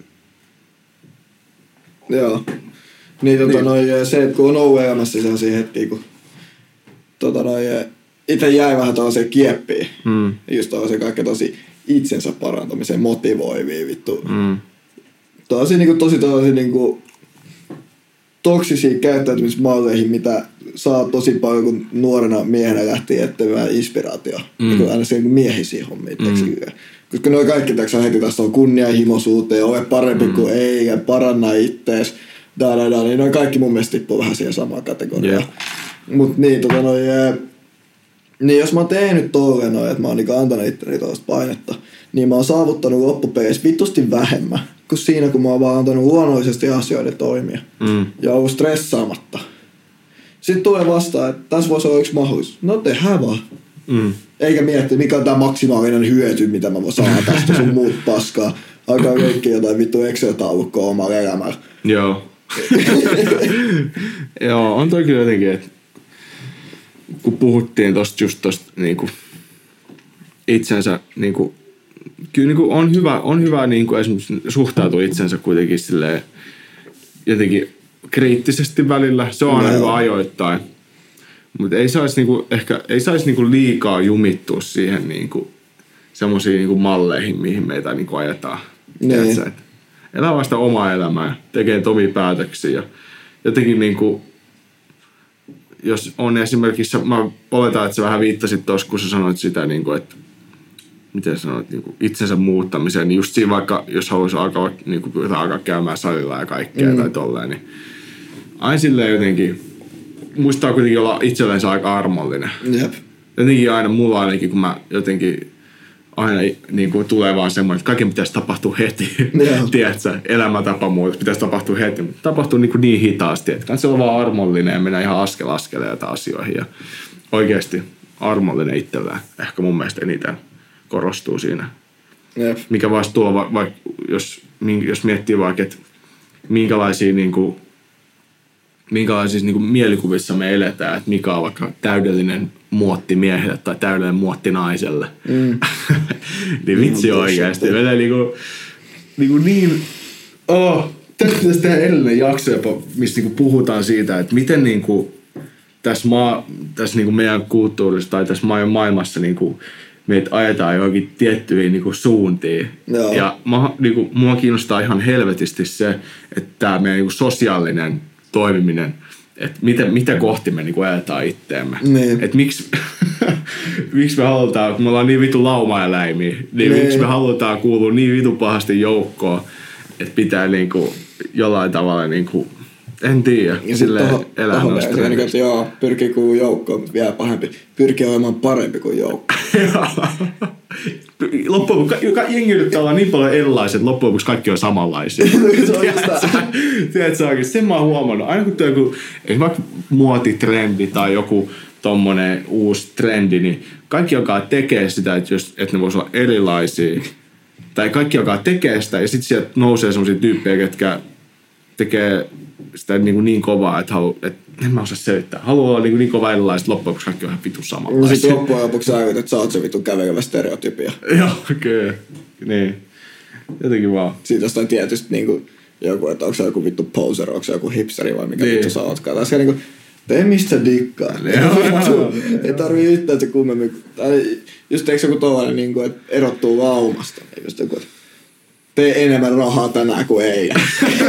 Joo. Niin, tota, niin. Noi, se, että kun on ollut elämässä sellaisia hetkiä, kun tota, noi, itse jäi vähän tällaiseen kieppiin. Mm. Just tällaiseen kaikkea tosi itsensä parantamiseen motivoivia vittu. Mm. Tällaisia niinku, tosi tällaisia niinku toksisia käyttäytymismalleihin, mitä saa tosi paljon, kun nuorena miehenä lähti etsimään inspiraatio. Mm. Niin aina se miehisiä hommia. Mm. Koska ne kaikki teksä heti tästä on kunnianhimoisuuteen, ole parempi mm. kuin ei ja paranna ittees. Da, da, da, niin ne kaikki mun mielestä tippuu vähän siihen samaan kategoriaan. Yeah. Mut niin, tota noi, niin jos mä oon tehnyt tolleen noin, että mä oon niinku antanut itteni toista painetta, niin mä oon saavuttanut loppupeleissä vitusti vähemmän kuin siinä, kun mä oon vaan antanut luonnollisesti asioiden toimia. Mm. Ja ollut stressaamatta. Sitten tulee vastaan, että tässä voisi olla yksi mahdollisuus. No tehdään vaan. Mm. Eikä miettiä, mikä on tää maksimaalinen hyöty, mitä mä voin saada tästä sun muut paskaa. Alkaa kaikki jotain vittu Excel-taulukkoa omalla elämällä. Joo. Joo, on toi kyllä jotenkin, että kun puhuttiin tosta just tosta niinku itsensä niinku kyllä niinku on hyvä on hyvä niinku esimerkiksi suhtautua itsensä kuitenkin silleen jotenkin kriittisesti välillä. Se on aina no. hyvä ajoittain. Mutta ei saisi niinku ehkä ei saisi niinku liikaa jumittua siihen niinku semmoisiin niinku malleihin, mihin meitä niinku ajetaan. Niin. Elää vasta omaa elämää, tekee omia päätöksiä ja jotenkin niinku jos on esimerkiksi, mä oletan, että sä vähän viittasit tuossa, kun sä sanoit sitä, niinku, että miten sanoit, niinku, itsensä muuttamiseen, niin just siinä vaikka, jos haluaisi alkaa, niinku, alkaa käymään salilla ja kaikkea mm. tai tolleen, niin aina silleen jotenkin, muistaa kuitenkin olla itsellensä aika armollinen. Jep. Jotenkin aina, mulla ainakin, kun mä jotenkin aina niin kuin tulee vaan semmoinen, että kaiken pitäisi tapahtua heti. Tiedätkö, elämäntapamuutos pitäisi tapahtua heti. Tapahtuu niin, niin hitaasti, että kannattaa olla vaan armollinen ja mennä ihan askel askeleita asioihin. Ja oikeasti armollinen itsellään. Ehkä mun mielestä eniten korostuu siinä. Jep. Mikä vasta tuo, va- va- jos, jos miettii vaikka, että minkälaisia, niin kuin, minkälaisissa niin kuin mielikuvissa me eletään, että mikä on vaikka täydellinen muotti miehelle tai täydellinen muotti naiselle. Mm. Niin vitsi oikeasti. Meillä niinku, niin, niin oh, tästä pitäisi tehdä edellinen jakso, missä niin puhutaan siitä, että miten niin kuin, tässä, maa, tässä niin kuin meidän kulttuurissa tai tässä maailmassa niin kuin, meitä ajetaan johonkin tiettyihin niin kuin suuntiin. Joo. Ja mä, niin kuin, mua kiinnostaa ihan helvetisti se, että tämä meidän niin kuin sosiaalinen toimiminen, että mitä, mitä kohti me niin kuin ajetaan itteemme. Niin. Että miksi, miksi me halutaan, kun me ollaan niin vitu laumaeläimiä, niin, niin miksi me halutaan kuulua niin vitu pahasti joukkoon, että pitää niin kuin, jollain tavalla niin kuin, en tiedä, silleen elää noista. Niin, että joo, pyrkii kuin joukkoon, mutta vielä pahempi. Pyrkii olemaan parempi kuin joukko. Loppujen lopuksi jengi yrittää olla niin paljon erilaiset, että loppujen lopuksi kaikki on samanlaisia. Tiedätkö, sen mä oon huomannut. Aina kun tuo joku, vaikka muotitrendi tai joku tommonen uusi trendi, niin kaikki, joka tekee sitä, että, jos, että ne vois olla erilaisia, tai kaikki, joka tekee sitä, ja sitten sieltä nousee sellaisia tyyppejä, ketkä tekee sitä niin, niin kovaa, että, halu, että en mä osaa selittää. Haluaa olla niin, niin kova erilaista, että loppujen lopuksi kaikki on ihan vitun samanlaisia. No sit loppujen lopuksi sä että sä oot se vitun kävelevä stereotypia. Joo, kyllä. Niin. Jotenkin vaan. Siitä jostain tietysti niinku joku, että onko se joku vittu poser, onko se joku hipsteri vai mikä niin. Vittu sä ootkaan. Tässä niinku, tee mistä dikkaa. Ei tarvii yhtään se kummemmin. Just eikö joku tollainen, niinku, että erottuu laumasta. Just joku, että tee enemmän rahaa tänään kuin eilen.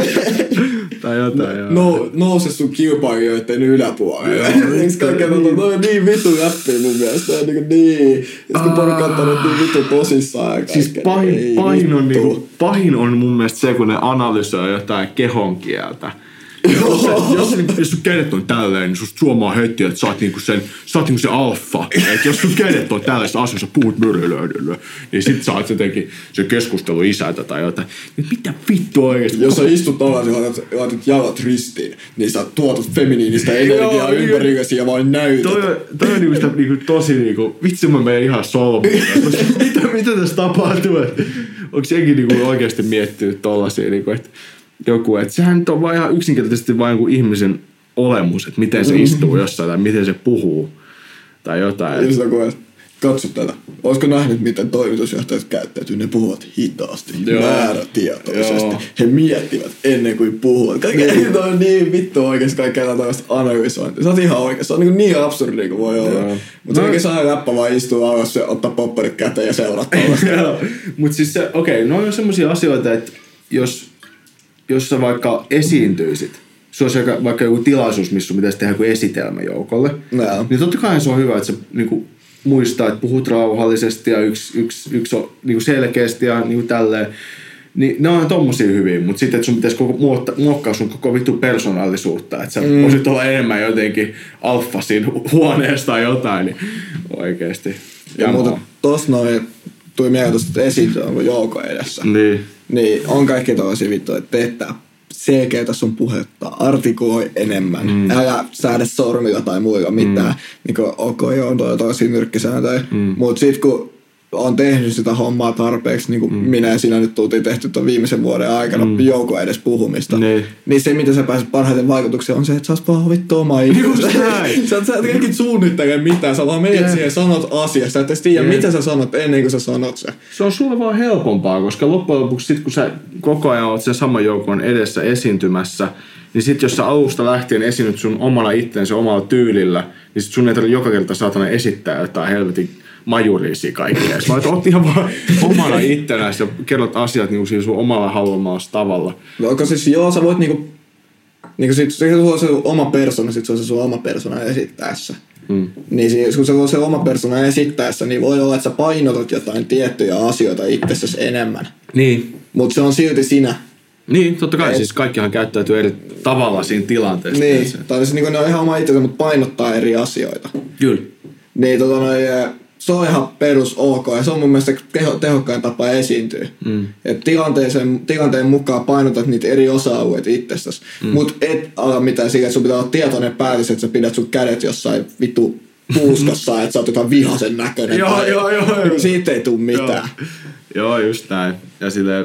Tai jotain, joo. No, nouse sun kilpailijoiden yläpuolelle. Eikö kaikkea tuota, no niin vitu läppiä mun mielestä. Ja niin, niin. Ja sitten porukka on ottanut niin vitu tosissaan. Siis pahin, pahin, on niinku, pahin on mun mielestä se, kun ne analysoi jotain kehonkieltä. Jos, jos, jos sun kädet on tälleen, niin susta suomaa heti, että sä oot niinku sen, sä oot niinku se alfa. Et jos sun kädet on tällaisessa asiassa, puhut myrhylöydellä, niin sit sä oot jotenkin se keskustelu isältä tai jotain. Mitä vittu oikeesti? Jos sä istut alas ja laitat jalat ristiin, niin sä tuotat feminiinistä energiaa ympärillesi ja vain näytät. Toi, toi on niinku sitä niinku tosi niinku, vitsi mä menen ihan solmuun. mitä, mitä tässä tapahtuu? Onks jenkin niinku oikeesti miettinyt tollasia niinku, että joku, että sehän on vaan ihan yksinkertaisesti vain joku ihmisen olemus, että miten se istuu jossain tai miten se puhuu tai jotain. Just joku, että katso tätä. Olisiko nähnyt, miten toimitusjohtajat käyttäytyy? Ne puhuvat hitaasti, määrätietoisesti. Joo. He miettivät ennen kuin puhuvat. Kaikki niin. On niin vittu oikeasti kaikkea tällaista analysointia. Se on ihan oikeasti. Se on niin, niin absurdi kuin voi olla. Mutta no. Se saa läppä vaan istua alas ja ottaa popparit käteen ja seurata. Mutta siis se, okei, okay, no on semmosia asioita, että jos jos sä vaikka esiintyisit, se olisi vaikka joku tilaisuus, missä sun pitäisi tehdä joku esitelmä joukolle, no. Niin totta kai se on hyvä, että sä niinku muistaa, että puhut rauhallisesti ja yksi, yksi, yksi on niinku selkeästi ja niinku tälleen. Niin ne on tommosia hyviä, mutta sitten, että sun pitäisi koko, muokkaa sun koko vittu persoonallisuutta, että sä mm. voisit olla enemmän jotenkin alfa siinä huoneesta tai jotain, niin oikeesti. Ja, ja muuta, tossa noin tuli mieleen tosta, että esiintyä onko joukko edessä. Niin. Niin, on kaikki tollasia vittuja, että teettää selkeätä sun puhetta, artikuloi enemmän, mm. älä säädä sormilla tai muilla mitään. Mm. Niin kuin, ok, joo, on tollasia nyrkkisääntöjä. Mm. Mutta sit kun on tehnyt sitä hommaa tarpeeksi, niin kuin mm. minä ja sinä nyt tultiin tehty tuon viimeisen vuoden aikana mm. joukon edes puhumista, niin. niin se, mitä sä pääset parhaiten vaikutuksia, on se, että sä oot vaan vittu oma ihminen. Sä, sä et kaikki suunnittele mitään, sä vaan menet siihen ja sanot asiasta, sä et edes tiedä, mitä sä sanot ennen kuin sä sanot se. Se on sulle vaan helpompaa, koska loppujen lopuksi sit, kun sä koko ajan oot sen saman joukon edessä esiintymässä, niin sit jos sä alusta lähtien esiinnyt sun omalla itteensä omalla tyylillä, niin sit sun ei tarvitse joka kerta saatana esittää jotain helvetin majuriisia kaikkea. Vaan oot ihan vaan omana ittenäsi ja kerrot asiat niinku siinä sun omalla haluamalla tavalla. No onko siis joo, sä voit niinku, niinku sit, se on se oma persona, sit se on se sun oma persona esittäessä. Hmm. Niin siis, kun se on se oma persona esittäessä, niin voi olla, että sä painotat jotain tiettyjä asioita itsessäsi enemmän. Niin. Mut se on silti sinä. Niin, totta kai. Et, siis kaikkihan käyttäytyy eri tavalla siinä tilanteessa. Niin, tai siis niinku ne on ihan oma itsensä, mutta painottaa eri asioita. Kyllä. Niin tota noin, se on ihan perus ok ja se on mun mielestä teho, tehokkain tapa esiintyä. Mm. Et tilanteen, tilanteen mukaan painotat niitä eri osa-alueita itsestäsi. Mm. Mut et ala mitään siitä, että sun pitää olla tietoinen päätös, että sä pidät sun kädet jossain vittu puuskassa, että sä oot jotain vihasen näköinen. Joo, joo, joo. Siitä ei tuu mitään. Joo, just näin. Ja silleen,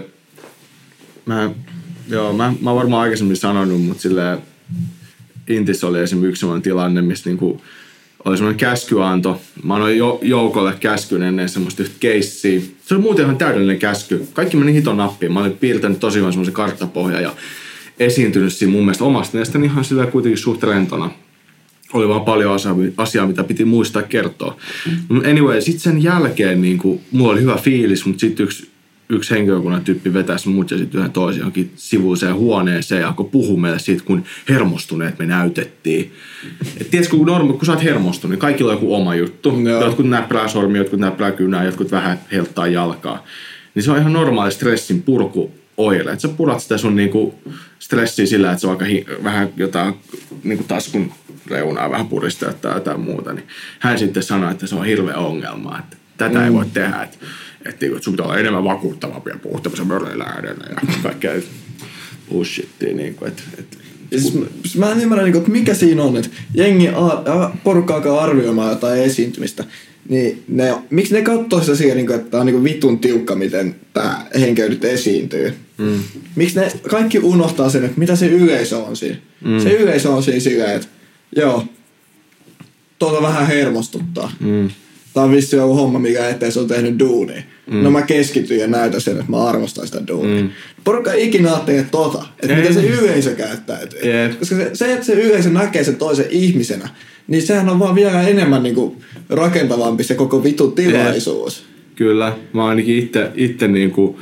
mä, joo, mä, mä oon varmaan aikaisemmin sanonut, mutta silleen Intis oli esimerkiksi yksi sellainen tilanne, missä niinku oli semmoinen käskyanto. Mä annoin jo, joukolle käskyn ennen semmoista yhtä keissiä. Se oli muuten ihan täydellinen käsky. Kaikki meni hiton nappiin. Mä olin piirtänyt tosi hyvän semmoisen karttapohjan ja esiintynyt siinä mun mielestä omasta mielestäni ihan sillä kuitenkin suht rentona. Oli vaan paljon asiaa, mitä piti muistaa kertoa. Anyway, sit sen jälkeen niin kuin, mulla oli hyvä fiilis, mutta sitten yksi, yksi henkilökunnan tyyppi vetäisi mut ja sitten yhden toisen johonkin sivuiseen huoneeseen ja alkoi puhua meille siitä, kun hermostuneet me näytettiin. Et tiedätkö, kun, normi, kun sä oot hermostunut, niin kaikilla on joku oma juttu. No. Jotkut näppärää sormia, jotkut näppärää kynää, jotkut vähän helttaa jalkaa. Niin se on ihan normaali stressin purku. Oire. Että sä purat sitä sun niinku stressiä sillä, että se on aika hi- vähän jotain niinku taskun reunaa vähän puristaa tai jotain muuta. Niin hän sitten sanoi, että se on hirveä ongelma, että tätä mm. ei voi tehdä. Että, että, että sun pitää olla enemmän vakuuttavampi ja puhua tämmöisen möröillä äänellä ja kaikkea bullshittia. Niinku, että, että, siis mä, mä en ymmärrä, että mikä siinä on, että jengi a- porukka alkaa arvioimaan jotain esiintymistä. Niin ne, miksi ne katsoo sitä siihen, että tää on niinku vitun tiukka, miten tää henkilö nyt esiintyy? Mm. Miksi ne kaikki unohtaa sen, että mitä se yleisö on siinä? Mm. Se yleisö on siinä silleen, että joo, tuota vähän hermostuttaa. Mm. Tää on vissi joku homma, mikä eteen se on tehnyt duunia. Mm. No mä keskityn ja näytän sen, että mä arvostan sitä duunia. Mm. Porukka ei ikinä ajattele tota, että mitä se yleisö käyttäytyy. Yeah. Koska se, se, että se yleisö näkee sen toisen ihmisenä, niin sehän on vaan vielä enemmän niinku rakentavampi se koko vitun tilaisuus. Yeah. Kyllä. Mä ainakin itse, itse niinku,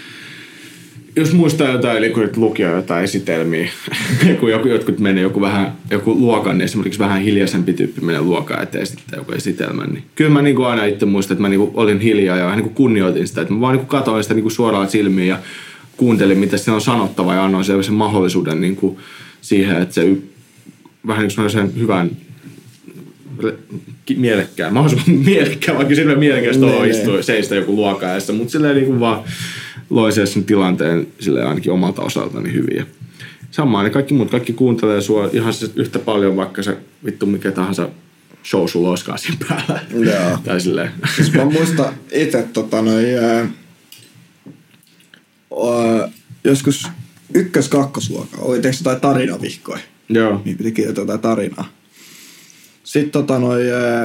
jos muistaa jotain, eli kun lukio jotain esitelmiä, kun joku, jotkut menee joku vähän, joku luokan, niin esimerkiksi vähän hiljaisempi tyyppi menee luokaan eteen esittää joku esitelmän, niin kyllä mä niinku aina itse muistan, että mä niinku olin hiljaa ja vähän niinku kunnioitin sitä, että mä vaan niinku katoin sitä niinku suoraan silmiin ja kuuntelin, mitä siinä on sanottava ja annoin sen mahdollisuuden niinku siihen, että se vähän niin sen hyvän mielekkään, mahdollisimman mielekkään, vaikka silleen mielekkäästä on istua seistä joku luokaajassa, mutta silleen niinku vaan loi sen tilanteen silleen ainakin omalta osaltani hyvin. Ja samaan, niin kaikki muut, kaikki kuuntelee sua ihan yhtä paljon, vaikka se vittu mikä tahansa show sulla olisikaan siinä päällä. Joo. Tai silleen. Siis mä muistan itse tota noin, ää, ää, joskus ykkös-kakkosluokkaa oli tehty jotain tarinavihkoja. Joo. Niin piti kirjoittaa jotain tarinaa. Sitten tota noin,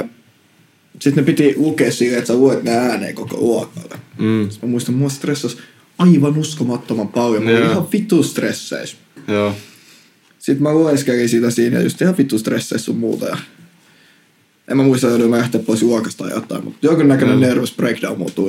sitten ne piti lukea siihen, että sä luet ne ääneen koko luokalle. Mm. Sitten mä muistan, mua stressasi aivan uskomattoman paljon. Mä olin ihan vittu stresseis. Joo. Sitten mä lueskelin sitä siinä ja just ihan vittu stresseis sun muuta. Ja en mä muista, että mä lähteä pois luokasta tai jotain, mutta jokin näköinen nervous breakdown muuttui.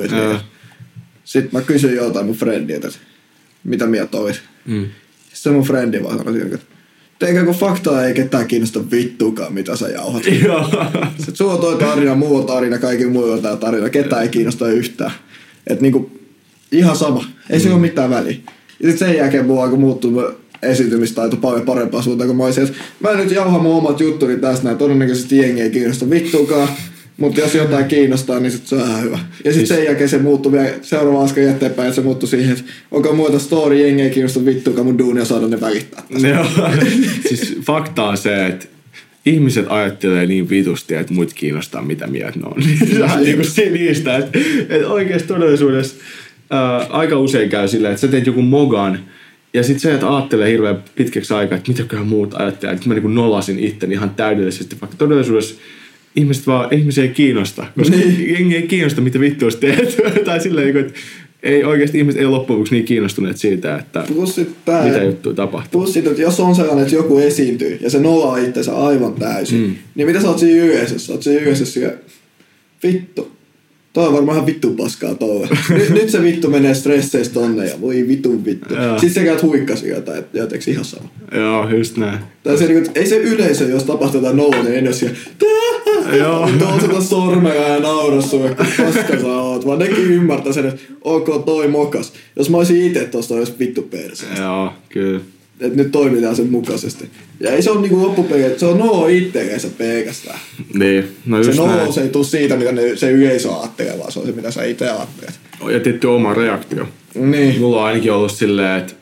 Sitten mä kysyin jotain mun friendiltä, että mitä mieltä olit. Mm. Sitten mun friendi vaan sanoi, että teikä kun faktaa ei ketään kiinnosta vittuakaan, mitä sä jauhat. Sitten sulla on toi tarina, muu on tarina, kaikki muu on tää tarina. Ketään ei kiinnosta yhtään. Että niinku ihan sama. Ei mm. se ole mitään väliä. Ja sit sen jälkeen mulla alkoi muuttua esiintymistaito paljon parempaa suuntaan, kun mä olisin, että mä nyt jauhan mun omat juttuni tästä näin. Todennäköisesti jengi ei kiinnosta vittuakaan. Mutta jos jotain kiinnostaa, niin sit se on ihan hyvä. Ja sit sen jälkeen se muuttui vielä seuraava askel eteenpäin, että se muuttui siihen, että onko muuta story, jengi ei kiinnosta vittuakaan mun duunia saada ne välittää. Joo. Siis fakta on se, että ihmiset ajattelee niin vitusti, että muut kiinnostaa mitä mieltä ne on. Niin kuin niistä, että, että oikeasti todellisuudessa ää, aika usein käy silleen, että sä teet joku mogan, ja sit se, että ajattelee hirveän pitkäksi aikaa, että mitäköhän muut ajattelee, että mä niin kuin nolasin itteni ihan täydellisesti, vaikka todellisuudessa ihmiset vaan, ihmisiä ei kiinnosta, koska niin. Jengi ei kiinnosta, mitä vittua sä teet. Tai silleen, että ei oikeasti ihmiset ei loppujen lopuksi niin kiinnostuneet siitä, että tää, mitä juttuja tapahtuu. Plus sit, että jos on sellainen, että joku esiintyy ja se nolaa itsensä aivan täysin, mm. niin mitä sä oot siinä yleisössä? Oot siinä yleisössä ja vittu. Toi on varmaan ihan vittu paskaa tolle. nyt, nyt se vittu menee stresseistä tonne ja voi vittu vittu. Sitten sä käyt huikkasi jotain, että jotenkin ihan sama. Joo, just näin. Tai se, niin, ei se yleisö, jos tapahtuu jotain nolla, niin en ole siellä joo. Tuolla sitä sormella ja naura sulle, kun paska sä oot. Vaan nekin ymmärtää sen, että ok, toi mokas. Jos mä olisin itse tosta, olisi vittu perseestä. Joo, kyllä. Että nyt toimitaan sen mukaisesti. Ja ei se ole niinku loppupeleissä, se on noo itteensä pelkästään. Niin, no just se näin. noo, se ei tule siitä, mitä ne, se yleisö ajattelee, vaan se on se, mitä sä itse ajattelet. Ja tietty oma reaktio. Niin. Mulla on ainakin ollut silleen, että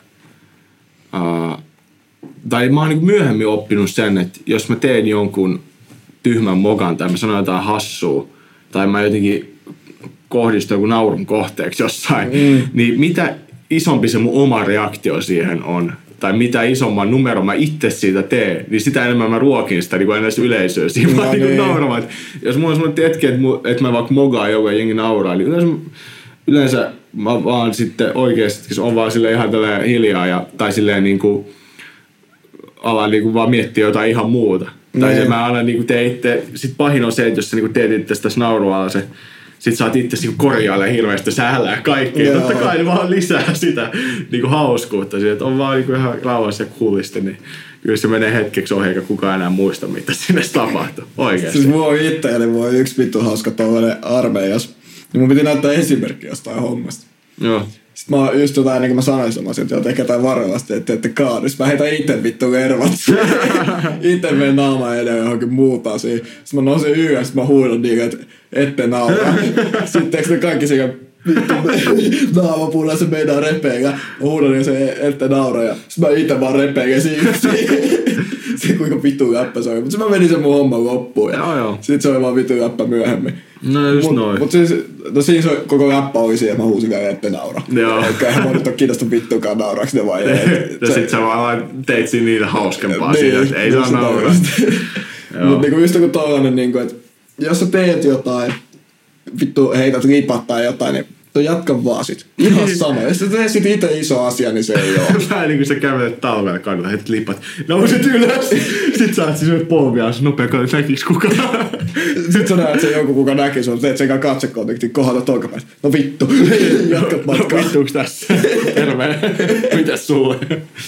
uh, tai mä oon niinku myöhemmin oppinut sen, että jos mä teen jonkun tyhmän mokan tai mä sanon jotain hassua tai mä jotenkin kohdistun joku naurun kohteeksi jossain, mm. niin mitä isompi se mun oma reaktio siihen on, tai mitä isomman numeron mä itse siitä teen, niin sitä enemmän mä ruokin sitä niin edes yleisöä. Siinä no, vaan niin. niin nauramaan. Jos mulla on semmoinen hetki, että, että mä vaikka mogaan joku ja jengi nauraa, niin yleensä, yleensä mä vaan sitten oikeasti on vaan silleen ihan tälleen hiljaa ja, tai silleen niin kuin alan niin kuin vaan miettiä jotain ihan muuta. No, tai se mä aina niin kuin teen itse, sit pahin on se, että jos sä niin kuin teet itse sitä naurualaa se, sit sä oot itse niin korjailemaan hirveästi sählää kaikkea. Totta kai ne vaan lisää sitä niin kuin hauskuutta. Että on vaan niin kuin ihan rauhassa ja kuulista, niin kyllä se menee hetkeksi ohi, eikä kukaan enää muista, mitä sinne tapahtuu. Oikeasti. Siis mulla on itseäni, mulla on yksi vittu hauska tollainen armeijas. Niin mun piti näyttää esimerkkiä jostain hommasta. Joo. Sitten mä just jotain, niin kuin mä sanoin semmoisen, että joo, tekee jotain varovasti, että ette kaadu. Sitten mä heitän itse vittu vervat. Itse menen naamaan edellä johonkin muuta asiaan. Sitten mä nousin ylös, sitten mä huudon niin, että ette nauraa. Sitten teekö ne kaikki sekä vittu naamapuolella se meinaa repeä. Mä huudon ja se ette nauraa. Ja sitten mä itse vaan repeän ja siinä se kuinka vittu läppä se oli. Mutta sitten mä menin sen mun homman loppuun. Ja sitten se oli vaan vittu läppä myöhemmin. No just mut, noin. Mut siis, no siinä se koko läppä oli siihen, että mä huusin vielä, ette naura. Joo. Eikä eihän mä nyt ole kiinnostunut vittuakaan nauraaks ne vai ei. Ja sit sä vaan teit siinä niitä hauskempaa niin, siitä, että ei saa nauraa. Mut niinku just joku tollanen, niinku, että jos sä teet jotain, vittu heität ripat tai jotain, niin to jatka vaan sit. Ihan sama. Jos sä teet sit ite iso asia, niin se ei oo. Vähän niinku sä kävelet talvella kadulla, heität lipat. Nousit ylös. Sit sä oot siis polvia, se nopea katsot, näkiks kukaan. Sit sä näet sen joku, kuka näki sun, teet sen katsekontaktin kohdalla tolkapäin. No vittu. Jatkat matkaa. No vittuuks tässä? Terve. Mitäs sulle?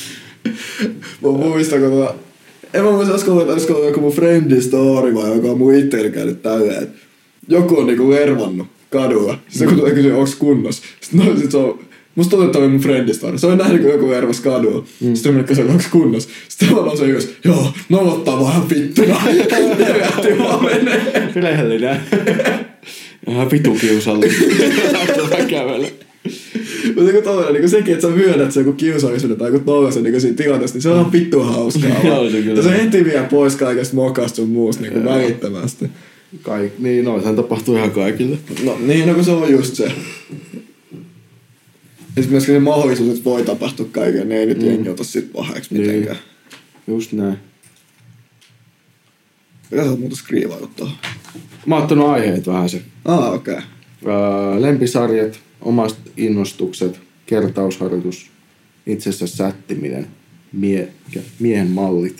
Mä muistan, kun tuota... En mä muista, olisiko ollut joku mun friendin story vai joka on mun itteeni käynyt tälleen. Joku on niinku lervannut kadulla. Sitten kun tulee kysyä, onks kunnossa. Sitten no, sit se on... Musta tuntuu, että oli mun friendin story. Se oli nähnyt, kun joku lervasi kadulla. Mm. Sitten mä kysyin, onks kunnossa. Sitten mä nousin ylös. Joo, nolottaa vaan vittuna. Ja jähti vaan menee. Rehellinen. Ihan vitu kiusallista. Mä kävelen. Mutta niin tollainen, niin sekin, että sä myönnät sen joku kiusallisuuden tai joku tollaisen niin siinä tilanteessa, niin se on ihan vittu hauskaa. Ja se heti vie pois kaikesta mokasta sun muusta niin välittömästi. Kaik, niin, noitahan tapahtuu ihan kaikille. No niin, no kun se on just se. Ja sit myöskin se mahdollisuus, että voi tapahtua kaiken, niin ei nyt mm. jengi ota sit pahaiksi mitenkään. Niin. Just näin. Mitä sä oot muuta skriivailut tuohon? Mä oon ottanut aiheet vähän se. Ah, okei. Okay. Öö, lempisarjat, omat innostukset, kertausharjoitus, itsessä sättiminen, mie, miehen mallit.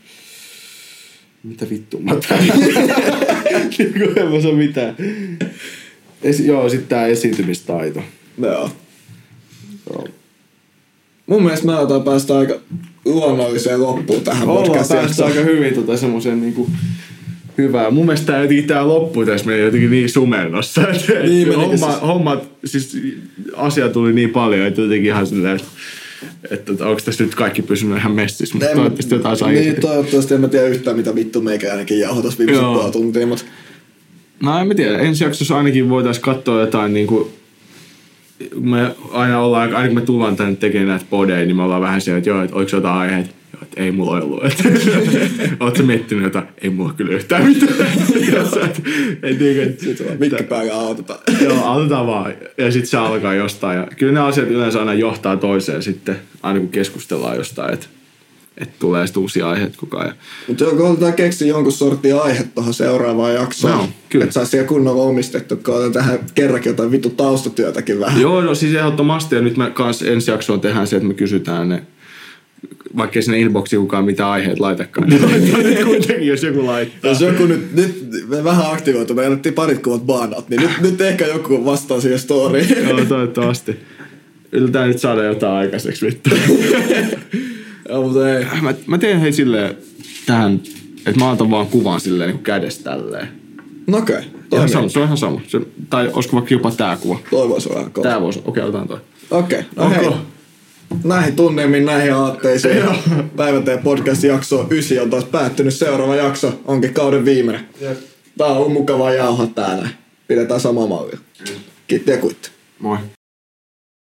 Mitä vittua mä tän? En mä saa mitään. Esi- joo, sit tää esiintymistaito. Joo. Joo. Mun mielestä me aletaan päästä aika luonnolliseen loppuun tähän podcastiin. Ollaan päästä aika hyvin tota semmosen niinku hyvää. Mun mielestä tää jotenkin tää loppu tässä meni jotenkin niin sumennossa. Niin, homma, hommat, siis asia tuli niin paljon, että jotenkin ihan silleen, että, että onko tässä nyt kaikki pysynyt ihan messissä, mutta toivottavasti jotain saa Niin, irti. Toivottavasti en mä tiedä yhtään, mitä vittu meikä ainakin jauhotas viimeiset puoli tuntia, mutta... No en mä tiedä, ensi jaksossa ainakin voitais katsoa jotain niinku... Me aina ollaan, aina kun me tullaan tänne tekemään näitä podeja, niin me ollaan vähän siellä, että joo, että oliko jotain aiheita? Joo, että ei mulla ollut. Ootko miettinyt jotain? Ei mulla kyllä yhtään mitään. Sitten vaan mikki päällä autetaan. Joo, autetaan vaan. Ja sitten se alkaa jostain. Ja kyllä ne asiat yleensä aina johtaa toiseen sitten, aina kun keskustellaan jostain, että että tulee sitten uusia aiheita koko ajan. Mutta joo, koitetaan keksiä jonkun sortin aihe tuohon seuraavaan jaksoon. No, kyllä. Että saisi siellä kunnolla omistettu, kun tähän kerrankin jotain vittu taustatyötäkin vähän. Joo, no siis ehdottomasti. Ja nyt me kanssa ensi jaksoon tehdään se, että me kysytään ne, vaikka ei sinne inboxiin kukaan mitään aiheet laitakaan. Niin laittaa nyt kuitenkin, jos joku laittaa. Jos joku nyt, nyt me vähän aktivoitu, me annettiin parit kuvat baanaat, niin nyt, nyt ehkä joku vastaa siihen storyin. Joo, toivottavasti. Yritetään nyt saada jotain aikaiseksi vittu. Joo, mutta ei. Mä, mä teen hei silleen tähän, että mä otan vaan kuvan silleen niin kädestä tälleen. No okei. Okay. Se on ihan sama. Se, tai olisiko vaikka jopa tää kuva? Toi voisi olla kova. Tää voisi. Okei, okay, otetaan toi. Okei. Okay. No okay. Hei. Näihin tunnelmiin, näihin aatteisiin. Päivänteen podcast-jakso ysi on taas päättynyt. Seuraava jakso onkin kauden viimeinen. Yes. Tää on mukavaa jauhaa täällä. Pidetään samaa mallia. Kiitti ja kuitti. Moi.